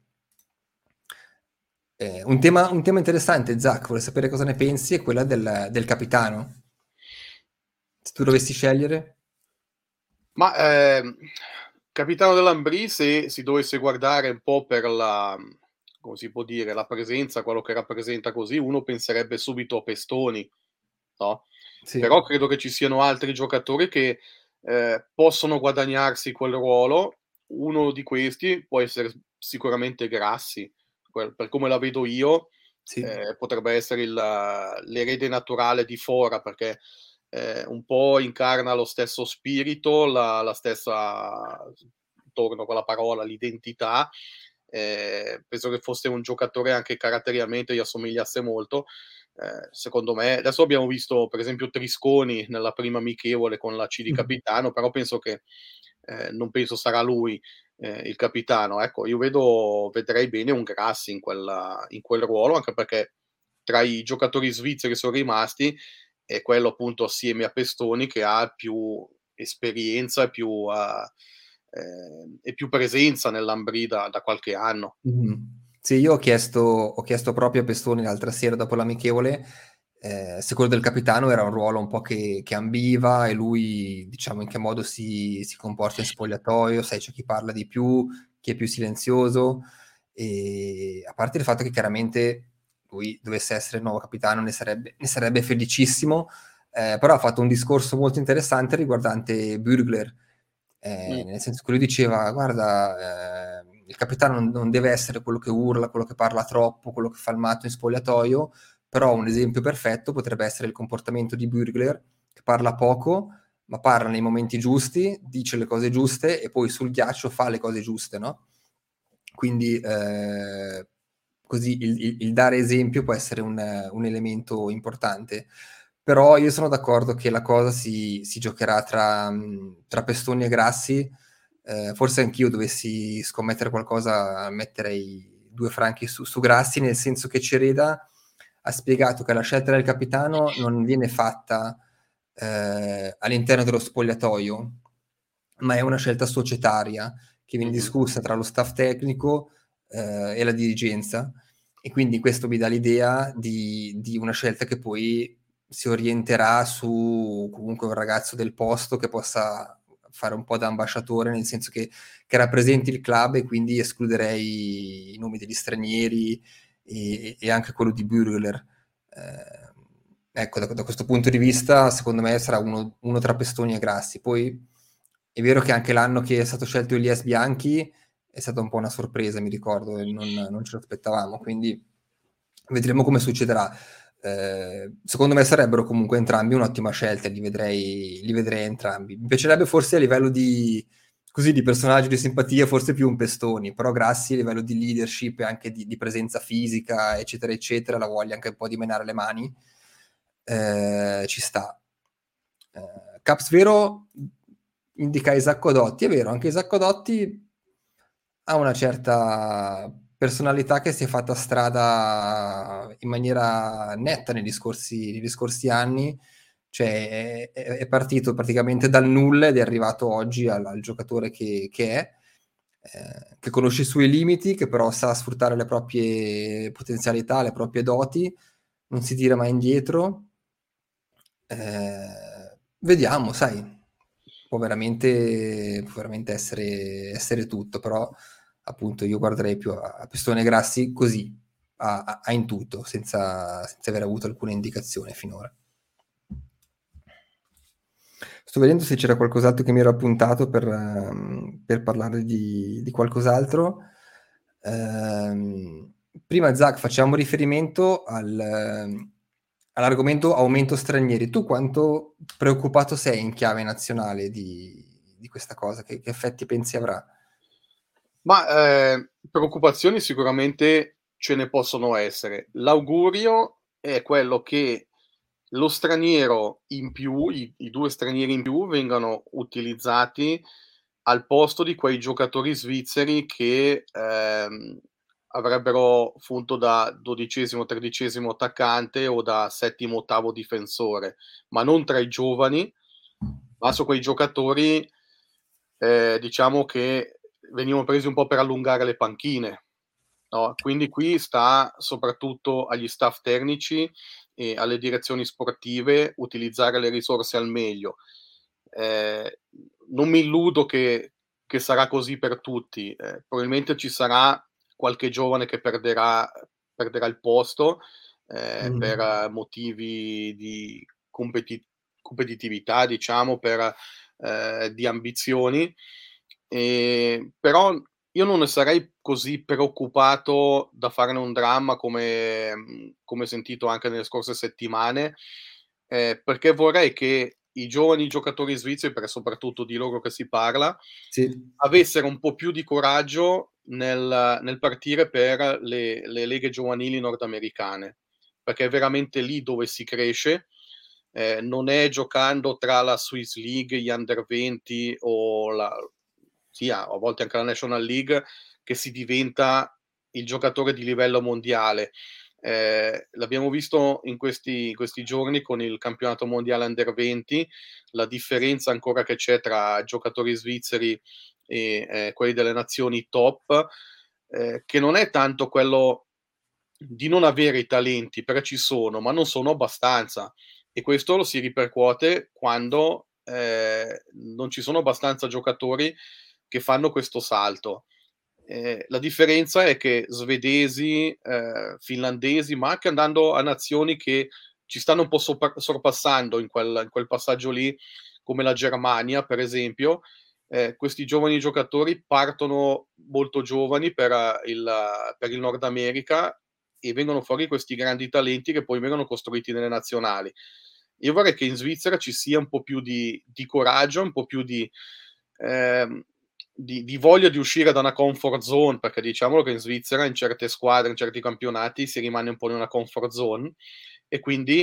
Un tema interessante, Zach, vorrei sapere cosa ne pensi, è quella del capitano. Se tu dovessi scegliere? Ma, capitano dell'Ambrì, se si dovesse guardare un po' per la come si può dire, la presenza, quello che rappresenta così, uno penserebbe subito a Pestoni, no, Sì. però credo che ci siano altri giocatori che, possono guadagnarsi quel ruolo. Uno di questi può essere sicuramente Grassi, per come la vedo io, Sì. potrebbe essere l'erede naturale di Fora, perché un po' incarna lo stesso spirito, la stessa, torno con la parola, l'identità. Penso che fosse un giocatore anche caratterialmente gli assomigliasse molto. Secondo me, adesso abbiamo visto per esempio Trisconi nella prima amichevole con la C di capitano, però penso che non penso sarà lui il capitano. Ecco, io vedrei bene un Grassi in quel ruolo, anche perché tra i giocatori svizzeri che sono rimasti è quello appunto assieme a Pestoni che ha più esperienza e più presenza nell'Ambrì da qualche anno. Sì, io ho chiesto proprio a Pestoni l'altra sera dopo l'amichevole, se quello del capitano era un ruolo un po' che ambiva e lui, diciamo, in che modo si comporta in spogliatoio, sai, c'è chi parla di più, chi è più silenzioso, e a parte il fatto che chiaramente lui dovesse essere il nuovo capitano ne sarebbe felicissimo, però ha fatto un discorso molto interessante riguardante Bürgler, Mh. nel senso che lui diceva: "Guarda, il capitano non deve essere quello che urla, quello che parla troppo, quello che fa il matto in spogliatoio, però un esempio perfetto potrebbe essere il comportamento di Bürgler, che parla poco, ma parla nei momenti giusti, dice le cose giuste e poi sul ghiaccio fa le cose giuste, no?" Quindi, così il dare esempio può essere un elemento importante. Però io sono d'accordo che la cosa si giocherà tra Pestoni e Grassi. Forse anch'io dovessi scommettere qualcosa, metterei 2 franchi su Grassi, nel senso che Cereda ha spiegato che la scelta del capitano non viene fatta all'interno dello spogliatoio, ma è una scelta societaria che viene discussa tra lo staff tecnico e la dirigenza, e quindi questo mi dà l'idea di una scelta che poi si orienterà su comunque un ragazzo del posto che possa fare un po' da ambasciatore, nel senso che rappresenti il club, e quindi escluderei i nomi degli stranieri e anche quello di Bürgler. Ecco, da questo punto di vista, secondo me sarà uno tra Pestoni e Grassi. Poi è vero che anche l'anno che è stato scelto Elias Bianchi è stata un po' una sorpresa, mi ricordo, e non ce lo aspettavamo, quindi vedremo come succederà. Secondo me sarebbero comunque entrambi un'ottima scelta, li vedrei entrambi. Mi piacerebbe forse a livello di personaggio, di simpatia, forse più un Pestoni, però Grassi a livello di leadership e anche di presenza fisica, eccetera, eccetera, la voglia anche un po' di menare le mani, ci sta. Caps vero indica Isacco Dotti, è vero, anche Isacco Dotti ha una certa personalità che si è fatta strada in maniera netta negli scorsi anni, cioè è partito praticamente dal nulla ed è arrivato oggi al giocatore che è, che conosce i suoi limiti, che però sa sfruttare le proprie potenzialità, le proprie doti, non si tira mai indietro. Vediamo, sai, può veramente essere tutto, però appunto io guarderei più a Pestone Grassi così, a in tutto, senza aver avuto alcuna indicazione finora. Sto vedendo se c'era qualcos'altro che mi ero appuntato per parlare di qualcos'altro. Prima, Zach, facciamo riferimento all'argomento aumento stranieri. Tu quanto preoccupato sei in chiave nazionale di questa cosa? Che effetti pensi avrà? Ma preoccupazioni sicuramente ce ne possono essere. L'augurio è quello che lo straniero in più, i 2 stranieri in più vengano utilizzati al posto di quei giocatori svizzeri che, avrebbero funto da 12° 13° attaccante o da 7° 8° difensore, ma non tra i giovani, ma su quei giocatori, diciamo che venivano presi un po' per allungare le panchine, no, quindi qui sta soprattutto agli staff tecnici e alle direzioni sportive utilizzare le risorse al meglio. Ehm, Non mi illudo che sarà così per tutti. Probabilmente ci sarà qualche giovane che perderà il posto, per motivi di competitività, diciamo, per di ambizioni. Però io non ne sarei così preoccupato da farne un dramma come sentito anche nelle scorse settimane, perché vorrei che i giovani giocatori svizzeri, perché soprattutto di loro che si parla, Sì. avessero un po' più di coraggio nel partire per le leghe giovanili nordamericane, perché è veramente lì dove si cresce, non è giocando tra la Swiss League, gli Under 20 o a volte anche la National League, che si diventa il giocatore di livello mondiale. L'abbiamo visto in questi giorni con il campionato mondiale Under 20, la differenza ancora che c'è tra giocatori svizzeri e quelli delle nazioni top, che non è tanto quello di non avere i talenti, perché ci sono, ma non sono abbastanza. E questo lo si ripercuote quando, non ci sono abbastanza giocatori che fanno questo salto. La differenza è che svedesi, finlandesi, ma anche andando a nazioni che ci stanno un po' sorpassando in quel passaggio lì, come la Germania per esempio, questi giovani giocatori partono molto giovani per il Nord America e vengono fuori questi grandi talenti che poi vengono costruiti nelle nazionali. Io vorrei che in Svizzera ci sia un po' più di coraggio, un po' più ehm, di voglia di uscire da una comfort zone, perché diciamolo che in Svizzera, in certe squadre, in certi campionati, si rimane un po' in una comfort zone e quindi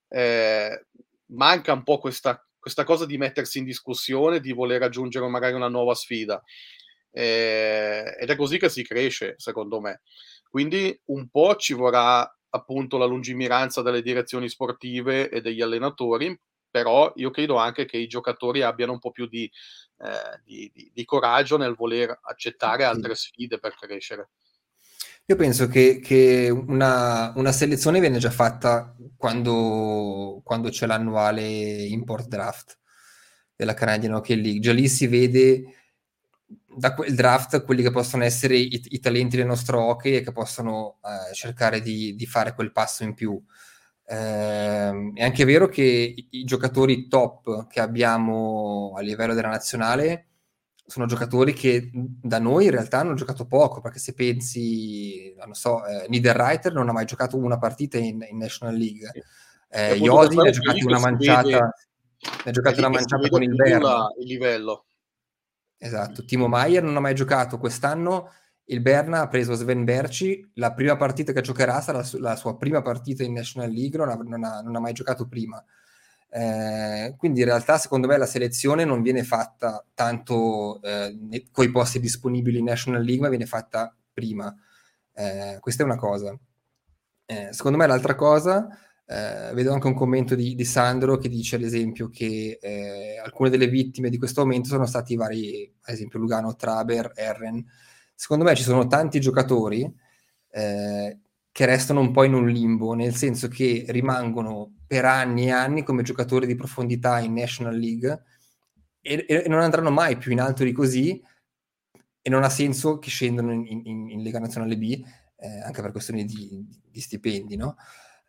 manca un po' questa cosa di mettersi in discussione, di voler aggiungere magari una nuova sfida. Ed è così che si cresce, secondo me. Quindi un po' ci vorrà appunto la lungimiranza delle direzioni sportive e degli allenatori, però io credo anche che i giocatori abbiano un po' più di coraggio nel voler accettare Sì. altre sfide per crescere. Io penso che una selezione viene già fatta quando c'è l'annuale import draft della Canadian Hockey League. Già lì si vede da quel draft quelli che possono essere i talenti del nostro hockey e che possono cercare di fare quel passo in più. È anche vero che i giocatori top che abbiamo a livello della nazionale sono giocatori che da noi in realtà hanno giocato poco, perché se pensi, non so, Niederreiter non ha mai giocato una partita in National League, E appunto per Josi ne ha quello che giocati lì che una si vede manciata, ne ha è giocati lì una che si manciata con vede il più Berna. il livello. Esatto, Timo Maier non ha mai giocato quest'anno, il Berna ha preso Sven Berchi, la prima partita che giocherà sarà la sua prima partita in National League, non ha mai giocato prima. Quindi in realtà secondo me la selezione non viene fatta tanto con i posti disponibili in National League, ma viene fatta prima. Questa è una cosa. Secondo me l'altra cosa, vedo anche un commento di Sandro che dice ad esempio che alcune delle vittime di questo momento sono stati i vari, ad esempio Lugano, Traber, Erren. Secondo me ci sono tanti giocatori che restano un po' in un limbo, nel senso che rimangono per anni e anni come giocatori di profondità in National League e non andranno mai più in alto di così, e non ha senso che scendano in Lega Nazionale B, anche per questioni di stipendi, no?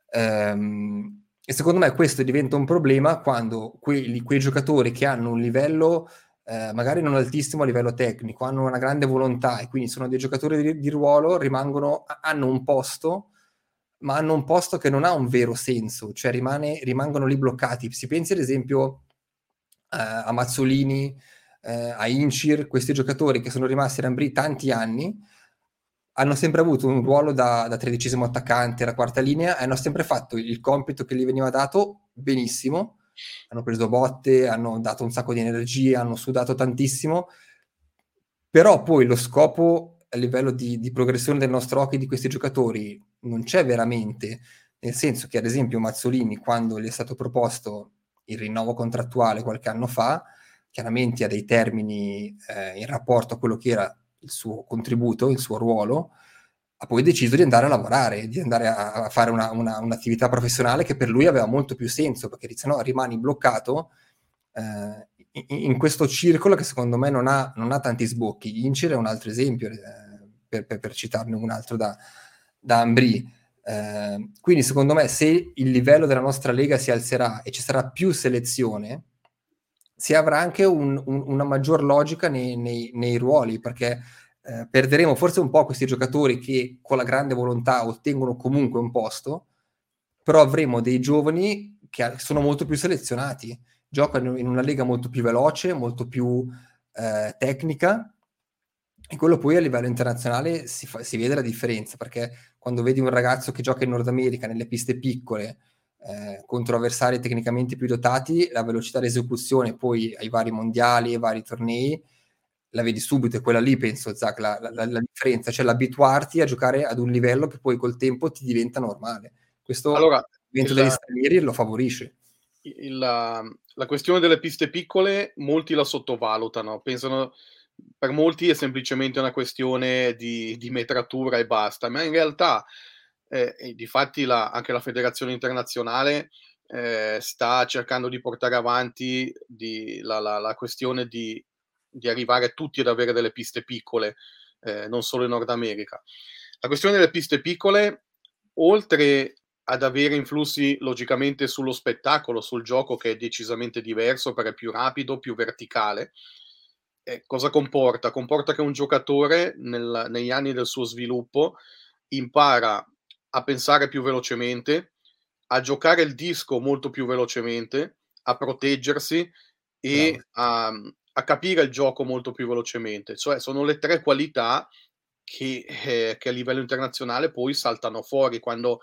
E secondo me questo diventa un problema quando quei giocatori che hanno un livello magari non altissimo a livello tecnico, hanno una grande volontà e quindi sono dei giocatori di ruolo, hanno un posto, ma hanno un posto che non ha un vero senso, cioè rimangono lì bloccati. Si pensi ad esempio a Mazzolini, a Incir, questi giocatori che sono rimasti a Rambri tanti anni, hanno sempre avuto un ruolo da tredicesimo attaccante, la quarta linea, e hanno sempre fatto il compito che gli veniva dato benissimo, hanno preso botte, hanno dato un sacco di energie, hanno sudato tantissimo, però poi lo scopo a livello di progressione del nostro hockey di questi giocatori non c'è veramente, nel senso che ad esempio Mazzolini, quando gli è stato proposto il rinnovo contrattuale qualche anno fa, chiaramente ha dei termini in rapporto a quello che era il suo contributo, il suo ruolo, ha poi deciso di andare a lavorare, di andare a fare un'attività professionale che per lui aveva molto più senso, perché se no rimani bloccato in questo circolo che secondo me non ha tanti sbocchi. Incir è un altro esempio, per citarne un altro da Ambry. Quindi secondo me se il livello della nostra lega si alzerà e ci sarà più selezione, si avrà anche una maggior logica nei ruoli, perché perderemo forse un po' questi giocatori che con la grande volontà ottengono comunque un posto, però avremo dei giovani che sono molto più selezionati, giocano in una lega molto più veloce, molto più tecnica, e quello poi a livello internazionale si vede la differenza, perché quando vedi un ragazzo che gioca in Nord America nelle piste piccole contro avversari tecnicamente più dotati, la velocità di esecuzione poi ai vari mondiali, ai vari tornei, la vedi subito, e quella lì penso, Zach, la differenza, cioè l'abituarti a giocare ad un livello che poi col tempo ti diventa normale. Questo Allora, diventa degli il stranieri e lo favorisce. la questione delle piste piccole molti la sottovalutano, pensano per molti è semplicemente una questione di metratura e basta, ma in realtà, e difatti anche la federazione internazionale, sta cercando di portare avanti la questione di arrivare tutti ad avere delle piste piccole, non solo in Nord America. La questione delle piste piccole, oltre ad avere influssi logicamente sullo spettacolo, sul gioco che è decisamente diverso perché è più rapido, più verticale. Cosa comporta? Comporta che un giocatore negli anni del suo sviluppo impara a pensare più velocemente, a giocare il disco molto più velocemente, a proteggersi Bravo. e a capire il gioco molto più velocemente. Cioè sono le 3 qualità che a livello internazionale poi saltano fuori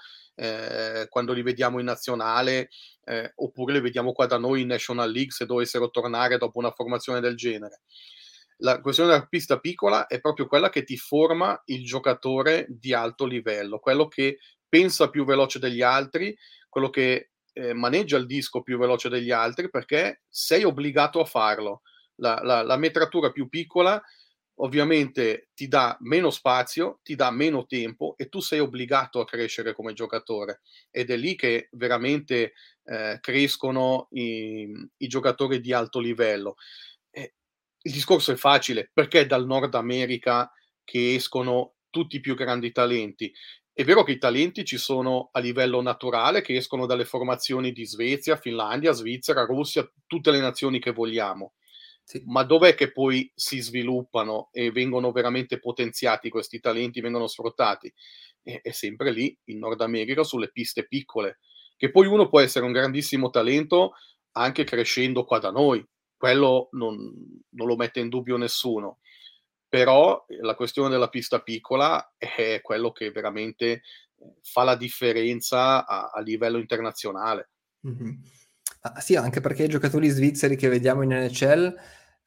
quando li vediamo in nazionale, oppure li vediamo qua da noi in National League, se dovessero tornare dopo una formazione del genere. La questione della pista piccola è proprio quella che ti forma il giocatore di alto livello, quello che pensa più veloce degli altri, quello che, maneggia il disco più veloce degli altri, perché sei obbligato a farlo. La metratura più piccola ovviamente ti dà meno spazio, ti dà meno tempo e tu sei obbligato a crescere come giocatore, ed è lì che veramente, crescono i giocatori di alto livello. E il discorso è facile: perché dal Nord America che escono tutti i più grandi talenti? È vero che i talenti ci sono a livello naturale, che escono dalle formazioni di Svezia, Finlandia, Svizzera, Russia, tutte le nazioni che vogliamo. Sì. Ma dov'è che poi si sviluppano e vengono veramente potenziati questi talenti, vengono sfruttati? È sempre lì, in Nord America, sulle piste piccole, che poi uno può essere un grandissimo talento anche crescendo qua da noi, quello non lo mette in dubbio nessuno. Però la questione della pista piccola è quello che veramente fa la differenza a livello internazionale. Mh-mh. Ah, sì, anche perché i giocatori svizzeri che vediamo in NHL,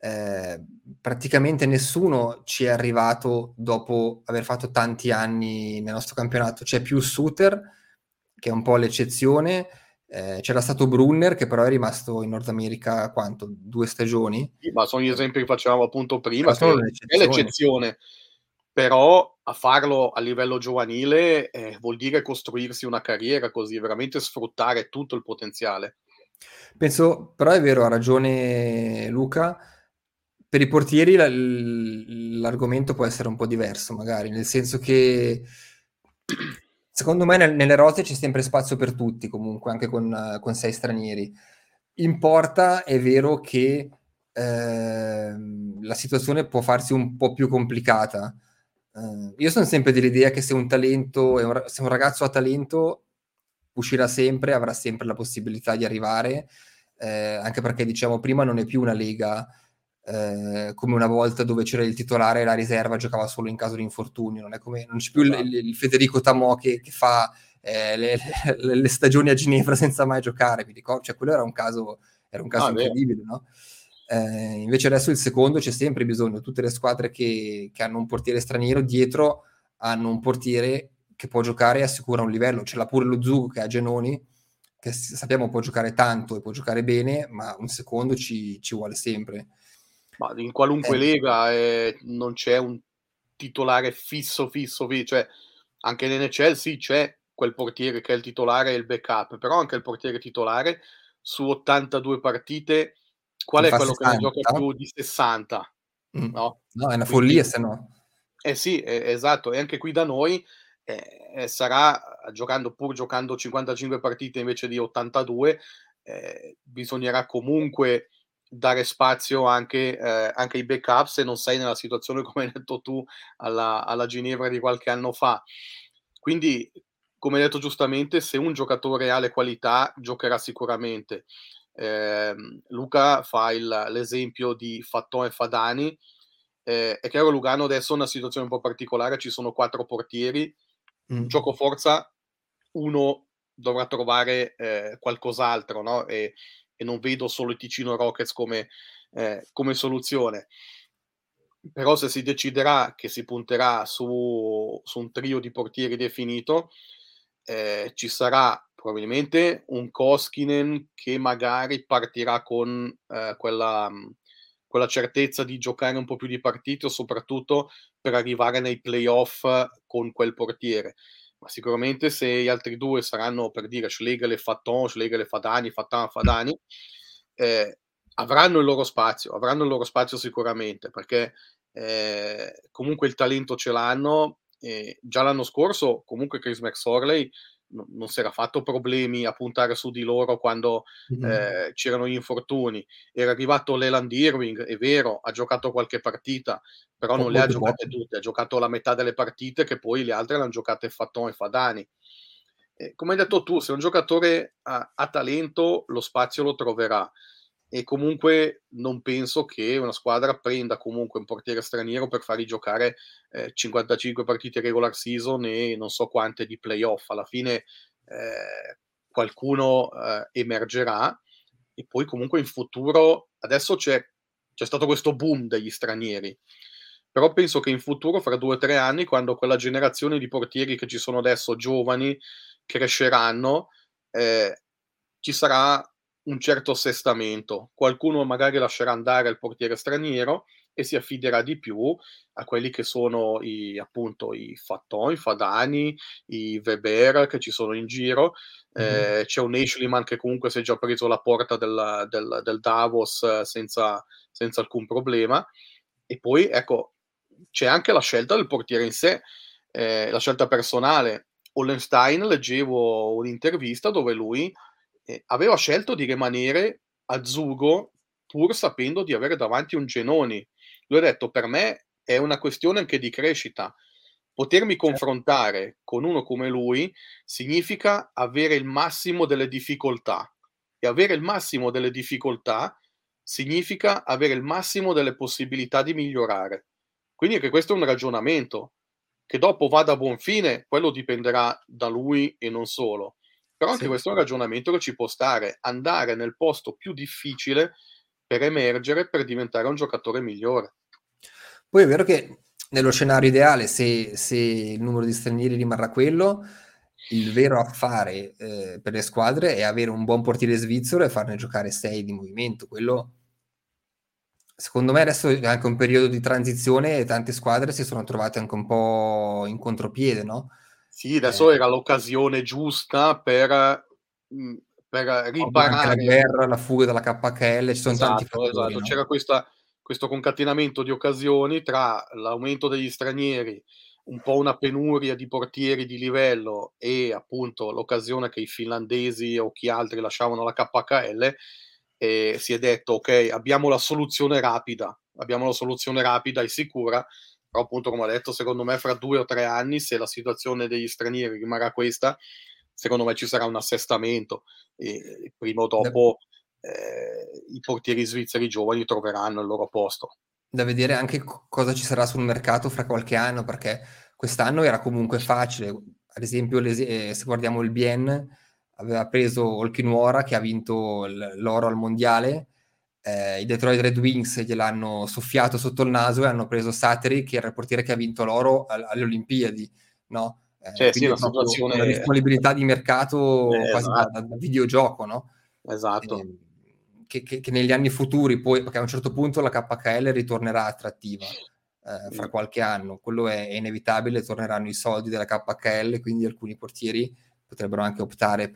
praticamente nessuno ci è arrivato dopo aver fatto tanti anni nel nostro campionato. C'è più Suter, che è un po' l'eccezione, c'era stato Brunner, che però è rimasto in Nord America quanto? 2 stagioni? Sì, ma sono gli esempi che facevamo appunto Però prima, sono che le è eccezioni. l'eccezione, però a farlo a livello giovanile, vuol dire costruirsi una carriera così, veramente sfruttare tutto il potenziale. Penso però è vero, ha ragione Luca, per i portieri l'argomento può essere un po' diverso magari, nel senso che secondo me nelle rose c'è sempre spazio per tutti comunque, anche con 6 stranieri. In porta è vero che, la situazione può farsi un po' più complicata. Io son sempre dell'idea che se un ragazzo ha talento uscirà sempre, avrà sempre la possibilità di arrivare, anche perché diciamo prima non è più una lega, come una volta dove c'era il titolare e la riserva giocava solo in caso di infortunio, non c'è più Esatto. il Federico Tamò che fa, le stagioni a Ginevra senza mai giocare, cioè quello era un caso No, è vero. incredibile, no, invece adesso il secondo c'è sempre bisogno, tutte le squadre che hanno un portiere straniero dietro hanno un portiere che può giocare e assicura un livello. Ce l'ha pure lo Zug che ha Genoni, che sappiamo può giocare tanto e può giocare bene, ma un secondo ci vuole sempre. Ma in qualunque Eh, lega, non c'è un titolare cioè anche in NHL sì, c'è quel portiere che è il titolare e il backup, però anche il portiere titolare su 82 partite, qual ne è fa quello che ne gioca 60. più di 60, Mh. no, No, è una quindi follia se no. eh sì, esatto. E anche qui da noi, sarà pur giocando 55 partite invece di 82, bisognerà comunque dare spazio anche ai backup se non sei nella situazione, come hai detto tu, alla Ginevra di qualche anno fa. Quindi, come hai detto giustamente, se un giocatore ha le qualità, giocherà sicuramente. Luca fa l'esempio di Fatton e Fadani. È chiaro, Lugano adesso è una situazione un po' particolare, ci sono 4 portieri, Mh. giocoforza uno dovrà trovare, qualcos'altro, no, e non vedo solo i Ticino Rockets come soluzione. Però se si deciderà che si punterà su un trio di portieri definito, ci sarà probabilmente un Koskinen che magari partirà con, quella certezza di giocare un po' più di partite o soprattutto per arrivare nei playoff con quel portiere. Ma sicuramente se gli altri 2 saranno, per dire, Schlegel e Fatton, Schlegel e Fadani, Fadani, ehm, avranno il loro spazio sicuramente, perché, comunque il talento ce l'hanno. Già l'anno scorso comunque Chris McSorley non s'era fatto problemi a puntare su di loro quando, Mh-mh. c'erano gli infortuni. Era arrivato Leland Irving, è vero, ha giocato qualche partita, però non le ha Molto giocate poco. tutte, ha giocato la metà delle partite, che poi le altre le han giocate Fatton e Fadani. Come hai detto tu, se un giocatore ha talento, lo spazio lo troverà. e comunque non penso che una squadra prenda comunque un portiere straniero per fargli giocare 55 partite regular season e non so quante di playoff. Alla fine qualcuno emergerà, e poi comunque in futuro adesso c'è stato questo boom degli stranieri, però penso che in futuro, fra 2 o 3 anni, quando quella generazione di portieri che ci sono adesso, giovani, cresceranno, ehm, ci sarà un certo assestamento. Qualcuno magari lascerà andare il portiere straniero e si affiderà di più a quelli che sono i appunto, i Fatton, i Fadani, i Weber che ci sono in giro. Mh-mh. C'è un Aeschlimann che comunque si è già preso la porta del Davos senza alcun problema. E poi, ecco, c'è anche la scelta del portiere in sé, la scelta personale. Hollenstein, leggevo un'intervista dove lui, aveva scelto di rimanere a Zugo pur sapendo di avere davanti un Genoni. Lui ha detto: "Per me è una questione anche di crescita. Potermi Cer confrontare con uno come lui significa avere il massimo delle difficoltà, e avere il massimo delle difficoltà significa avere il massimo delle possibilità di migliorare." Quindi anche questo è un ragionamento. Che dopo vada a buon fine, quello dipenderà da lui e non solo. Però anche sì. questo è un ragionamento che ci può stare, andare nel posto più difficile per emergere, per diventare un giocatore migliore. Poi è vero che nello scenario ideale, se il numero di stranieri rimarrà quello, il vero affare, per le squadre è avere un buon portiere svizzero e farne giocare 6 di movimento. Quello secondo me adesso è anche un periodo di transizione e tante squadre si sono trovate anche un po' in contropiede, no, Sì, ehm, adesso era l'occasione giusta mhmm, per anche la riparare. guerra, la fuga dalla KHL, ci son tanti Esatto, fattori, esatto. no? C'era questo concatenamento di occasioni tra l'aumento degli stranieri, un po' una penuria di portieri di livello e appunto l'occasione che i finlandesi o chi altri lasciavano la KHL, e si è detto: "Okay, abbiamo la soluzione rapida e sicura." Però appunto, come ho detto, secondo me fra 2 o 3 anni, se la situazione degli stranieri rimarrà questa, secondo me ci sarà un assestamento e prima o Da dopo i portieri svizzeri giovani troveranno il loro posto. Da vedere anche cosa ci sarà sul mercato fra qualche anno, perché quest'anno era comunque facile. Ad esempio, se guardiamo il Bien, aveva preso Olkinuora che ha vinto l'oro al mondiale, i Detroit Red Wings gliel'hanno soffiato sotto il naso e hanno preso Sateri, che era il portiere che ha vinto l'oro alle Olimpiadi, no? Cioè sì, Quindi è una proprio una situazione disponibilità di mercato quasi da esatto, videogioco, no? esatto. Ehm, che negli anni futuri poi, perché a un certo punto la KHL ritornerà attrattiva, fra Mh. qualche anno, quello è inevitabile, torneranno i soldi della KHL, quindi alcuni portieri potrebbero anche optare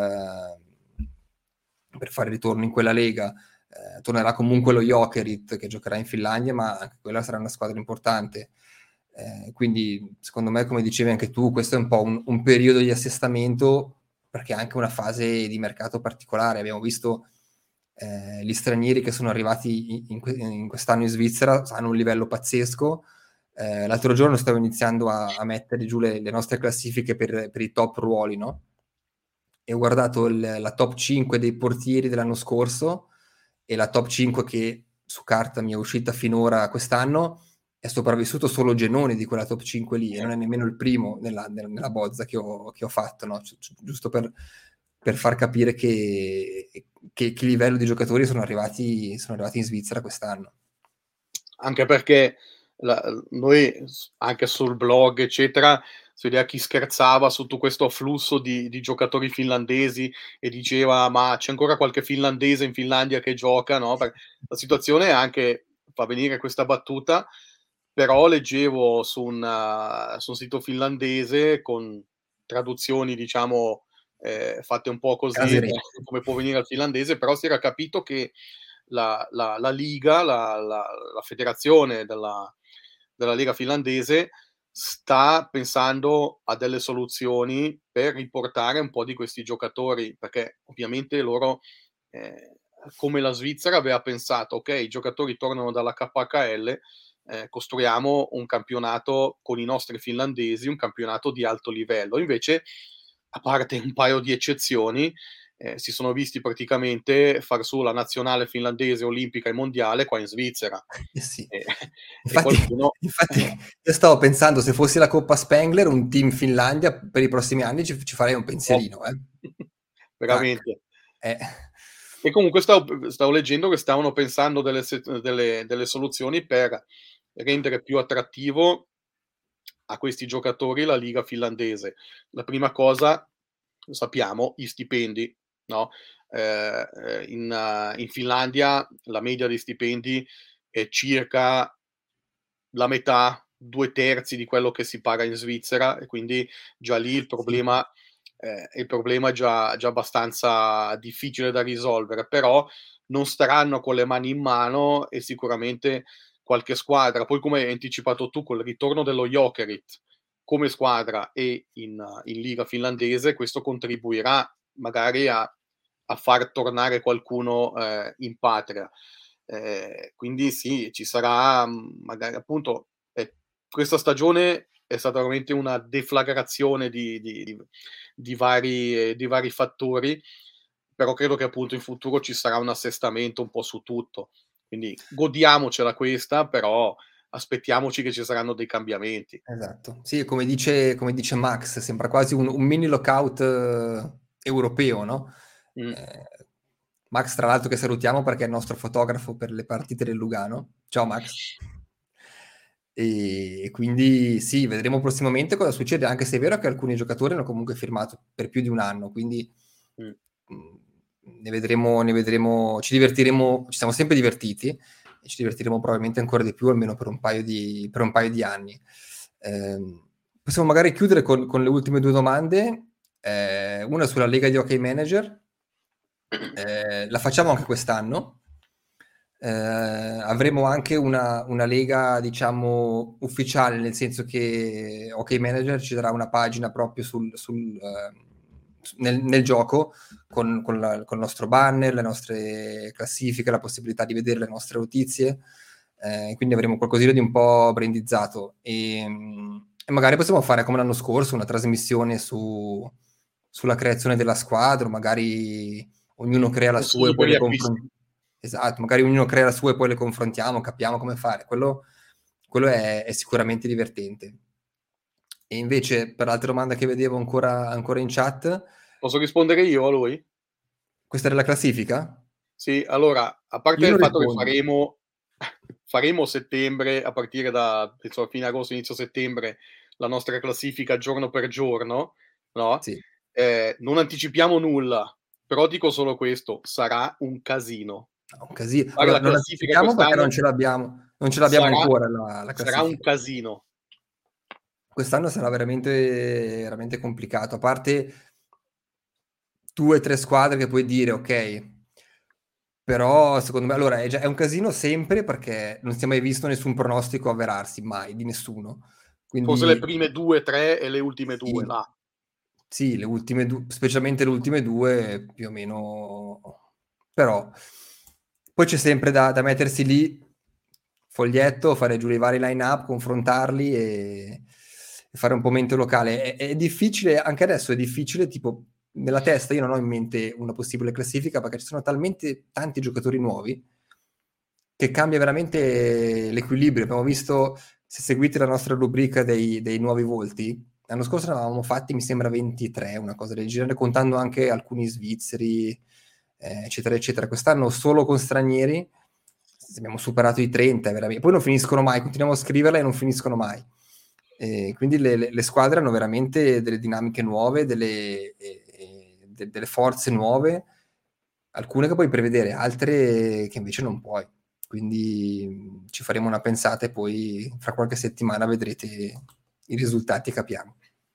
per fare ritorno in quella lega. Tornerà comunque lo Jokerit che giocherà in Finlandia, ma anche quella sarà una squadra importante. Quindi secondo me, come dicevi anche tu, questo è un po' un periodo di assestamento, perché è anche una fase di mercato particolare. Abbiamo visto gli stranieri che sono arrivati in quest'anno in Svizzera hanno un livello pazzesco. L'altro giorno stavo iniziando a mettere giù le nostre classifiche per i top ruoli, no? E ho guardato la top 5 dei portieri dell'anno scorso e la top 5 che su carta mi è uscita finora quest'anno, è sopravvissuto solo Genoni di quella top 5 lì e non è nemmeno il primo nella bozza che ho fatto, no? Giusto per far capire che livello di giocatori sono arrivati in Svizzera quest'anno. Anche perché noi anche sul blog, eccetera, si vedeva chi scherzava su tutto questo afflusso di giocatori finlandesi e diceva: "Ma c'è ancora qualche finlandese in Finlandia che gioca?" No, la situazione è anche, fa venire questa battuta, però leggevo su un sito finlandese con traduzioni, diciamo, fatte un po' così, Caserecci. come può venire al finlandese, però si era capito che la liga, la federazione della lega finlandese sta pensando a delle soluzioni per riportare un po' di questi giocatori, perché ovviamente loro, ehm, come la Svizzera aveva pensato: "Okay, i giocatori tornano dalla KHL, costruiamo un campionato con i nostri finlandesi, un campionato di alto livello." Invece, a parte un paio di eccezioni, si sono visti praticamente far su la nazionale finlandese olimpica e mondiale qua in Svizzera. Eh sì. E e Infatti qualcuno infatti io stavo pensando se fosse la Coppa Spengler, un team Finlandia per i prossimi anni ci farei un top. pensierino, Tac. Veramente. Eh. E comunque stavo leggendo che stavano pensando delle soluzioni per rendere più attrattivo a questi giocatori la liga finlandese. La prima cosa, lo sappiamo, gli stipendi, no, in Finlandia la media dei stipendi è circa la metà, 2/3 di quello che si paga in Svizzera, e quindi già lì Sì, il problema è già abbastanza difficile da risolvere, però non staranno con le mani in mano, e sicuramente qualche squadra, poi come hai anticipato tu col ritorno dello Jokerit come squadra e in liga finlandese, questo contribuirà magari a far tornare qualcuno, in patria. Quindi sì, ci sarà, magari appunto, questa stagione è stata veramente una deflagrazione di vari fattori, però credo che appunto in futuro ci sarà un assestamento un po' su tutto. Quindi godiamocela questa, però aspettiamoci che ci saranno dei cambiamenti. esatto. Sì, come dice Max, sembra quasi un mini lockout europeo, no? Mh. Ehm, Max tra l'altro che salutiamo perché è il nostro fotografo per le partite del Lugano. Ciao Max. E quindi sì, vedremo prossimamente cosa succede, anche se è vero che alcuni giocatori hanno comunque firmato per più di 1 anno, quindi, Mh. ne vedremo, ci divertiremo, ci siamo sempre divertiti e ci divertiremo probabilmente ancora di più, almeno per un paio di anni. Possiamo magari chiudere con le ultime 2 domande, una sulla Lega di Hockey Manager. La facciamo anche quest'anno. Avremo anche una lega, diciamo, ufficiale, nel senso che Hockey Manager ci darà una pagina proprio nel gioco con il nostro banner, le nostre classifiche, la possibilità di vedere le nostre notizie. Quindi avremo qualcosina di un po' brandizzato e magari possiamo fare come l'anno scorso una trasmissione sulla creazione della squadra, o magari ognuno crea la sua e Consigli poi per gli le acquisti. esatto, magari ognuno crea la sua e poi le confrontiamo, capiamo come fare. Quello è sicuramente divertente. E invece, per l'altra domanda che vedevo ancora in chat, Posso rispondere io a lui? questa era la classifica? Sì, allora, a parte Io il non fatto che rispondo. faremo a settembre, a partire da penso fine agosto, inizio settembre, la nostra classifica giorno per giorno, no, Sì, non anticipiamo nulla, però dico solo questo: sarà un casino. no, un casino. Fare Allora, la non classifica anticipiamo perché non quest'anno ce l'abbiamo sarà ancora la sarà un classifica. casino. Quest'anno sarà veramente, veramente complicato. A parte 2, 3 squadre che puoi dire: "Okay". Però secondo me allora è un casino sempre perché non si è mai visto nessun pronostico avverarsi, mai, di nessuno. Forse le Quindi prime 2, 3 e le ultime 2, sì, là. sì, le ultime specialmente le ultime 2 più o meno, però poi c'è sempre da mettersi lì, foglietto, fare giù i vari line up, confrontarli e fare un po' mente locale. È difficile, anche adesso è difficile, tipo nella testa io non ho in mente una possibile classifica perché ci sono talmente tanti giocatori nuovi che cambia veramente l'equilibrio. Abbiamo visto, se seguite la nostra rubrica dei nuovi volti, l'anno scorso ne avevamo fatti mi sembra 23, una cosa del genere, contando anche alcuni svizzeri, eccetera, eccetera. Quest'anno solo con stranieri abbiamo superato i 30, poi non finiscono mai, continuiamo a scriverla e non finiscono mai. Quindi le squadre hanno veramente delle dinamiche nuove, delle forze nuove, alcune che puoi prevedere, altre che invece non puoi. Quindi ci faremo una pensata e poi fra qualche settimana vedrete i risultati e capiamo.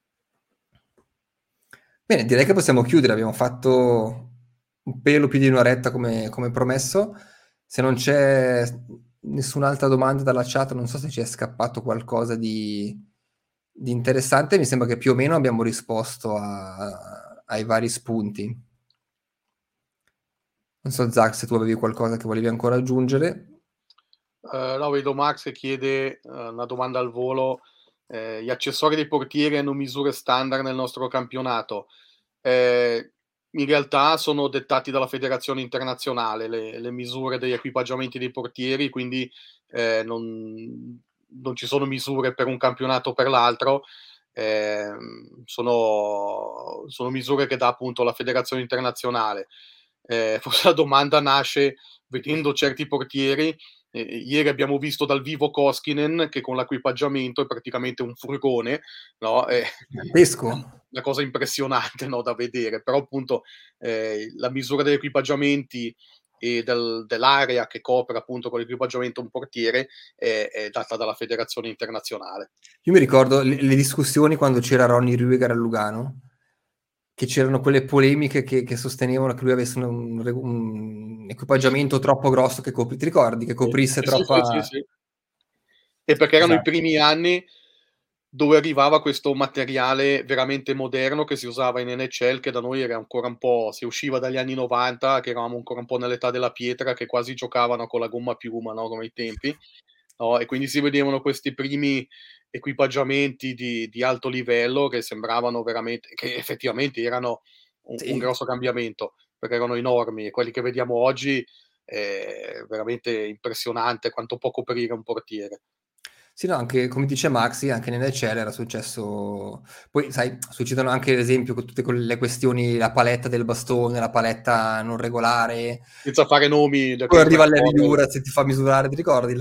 Bene, direi che possiamo chiudere. Abbiamo fatto un pelo più di un'oretta come promesso. Se non c'è nessun'altra domanda dalla chat, non so se ci è scappato qualcosa di interessante. Mi sembra che più o meno abbiamo risposto ai vari spunti. Non so, Zach, se tu avevi qualcosa che volevi ancora aggiungere. No, vedo Max che chiede, una domanda al volo: gli accessori dei portieri hanno misure standard nel nostro campionato? Ehm, in realtà sono dettati dalla federazione internazionale, le misure degli equipaggiamenti dei portieri, quindi, non ci sono misure per un campionato o per l'altro, sono misure che dà appunto la federazione internazionale. Forse la domanda nasce vedendo certi portieri. Ieri abbiamo visto dal vivo Koskinen che con l'equipaggiamento è praticamente un furgone, no, Gigantesco. una cosa impressionante, no, da vedere. Però appunto, la misura degli equipaggiamenti e dell'area che copre appunto con l'equipaggiamento un portiere è data dalla federazione internazionale. Io mi ricordo le discussioni quando c'era Ronny Rüdiger a Lugano, che c'erano quelle polemiche che sostenevano che lui avesse un equipaggiamento troppo grosso che ti ricordi? Che coprisse Sì, sì, sì, troppa... sì. E perché erano i Esatto. primi anni dove arrivava questo materiale veramente moderno che si usava in NHL, che da noi era ancora un po', si usciva dagli anni '90, che eravamo ancora un po' nell'età della pietra, che quasi giocavano con la gomma a piuma, no, come ai tempi, no, e quindi si vedevano questi primi equipaggiamenti di alto livello che sembravano veramente, che effettivamente erano un Sì. grosso cambiamento, perché erano enormi, e quelli che vediamo oggi è veramente impressionante quanto può coprire un portiere. Sì, no, anche come dice Maxi, anche nell'Ecel era successo. Poi, sai, succedono anche, ad esempio, con tutte quelle questioni, la paletta del bastone, la paletta non regolare. Senza fare nomi da Poi che arriva intracorrono. l'Eliura, se ti fa misurare, ti ricordi?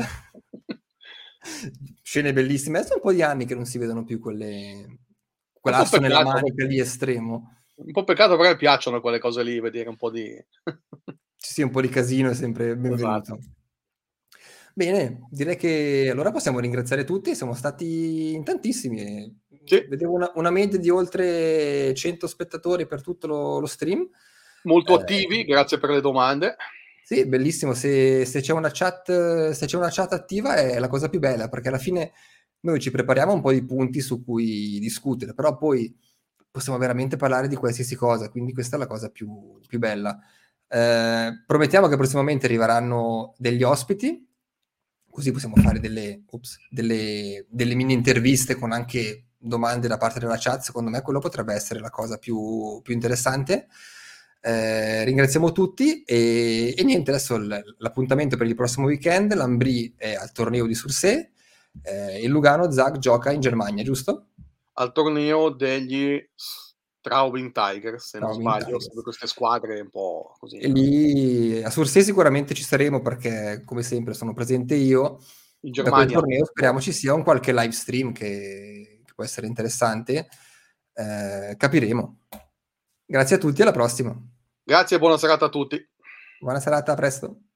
Scene bellissime. Adesso è un po' di anni che non si vedono più È un po' un quell'asso nella peccato, manica lì estremo. un po' un peccato, però mi piacciono quelle cose lì, vedere un po' di Sì, sì, un po' di casino è sempre benvenuto. esatto. Bene, direi che allora possiamo ringraziare tutti, siamo stati in tantissimi. Sì, Vedevo una media di oltre 100 spettatori per tutto lo stream. molto Eh, attivi, grazie per le domande. sì, bellissimo. Se c'è una chat, se c'è una chat attiva è la cosa più bella, perché alla fine noi ci prepariamo un po' di punti su cui discutere, però poi possiamo veramente parlare di qualsiasi cosa, quindi questa è la cosa più bella. Promettiamo che prossimamente arriveranno degli ospiti, così possiamo fare delle mini interviste con anche domande da parte della chat. Secondo me quello potrebbe essere la cosa più interessante. Ringraziamo tutti e niente, adesso l'appuntamento per il prossimo weekend, l'Ambri è al torneo di Sursee, il Lugano Zag gioca in Germania, giusto? Al torneo degli Straubing Tigers, se non Straubing sbaglio, sempre Tigers. queste squadre un po' così, E no, lì a Sursee sicuramente ci saremo perché, come sempre, sono presente io. in Da quel Germania. torneo speriamo ci sia un qualche live stream che può essere interessante. Capiremo. Grazie a tutti, alla prossima. Grazie e buona serata a tutti. Buona serata, a presto.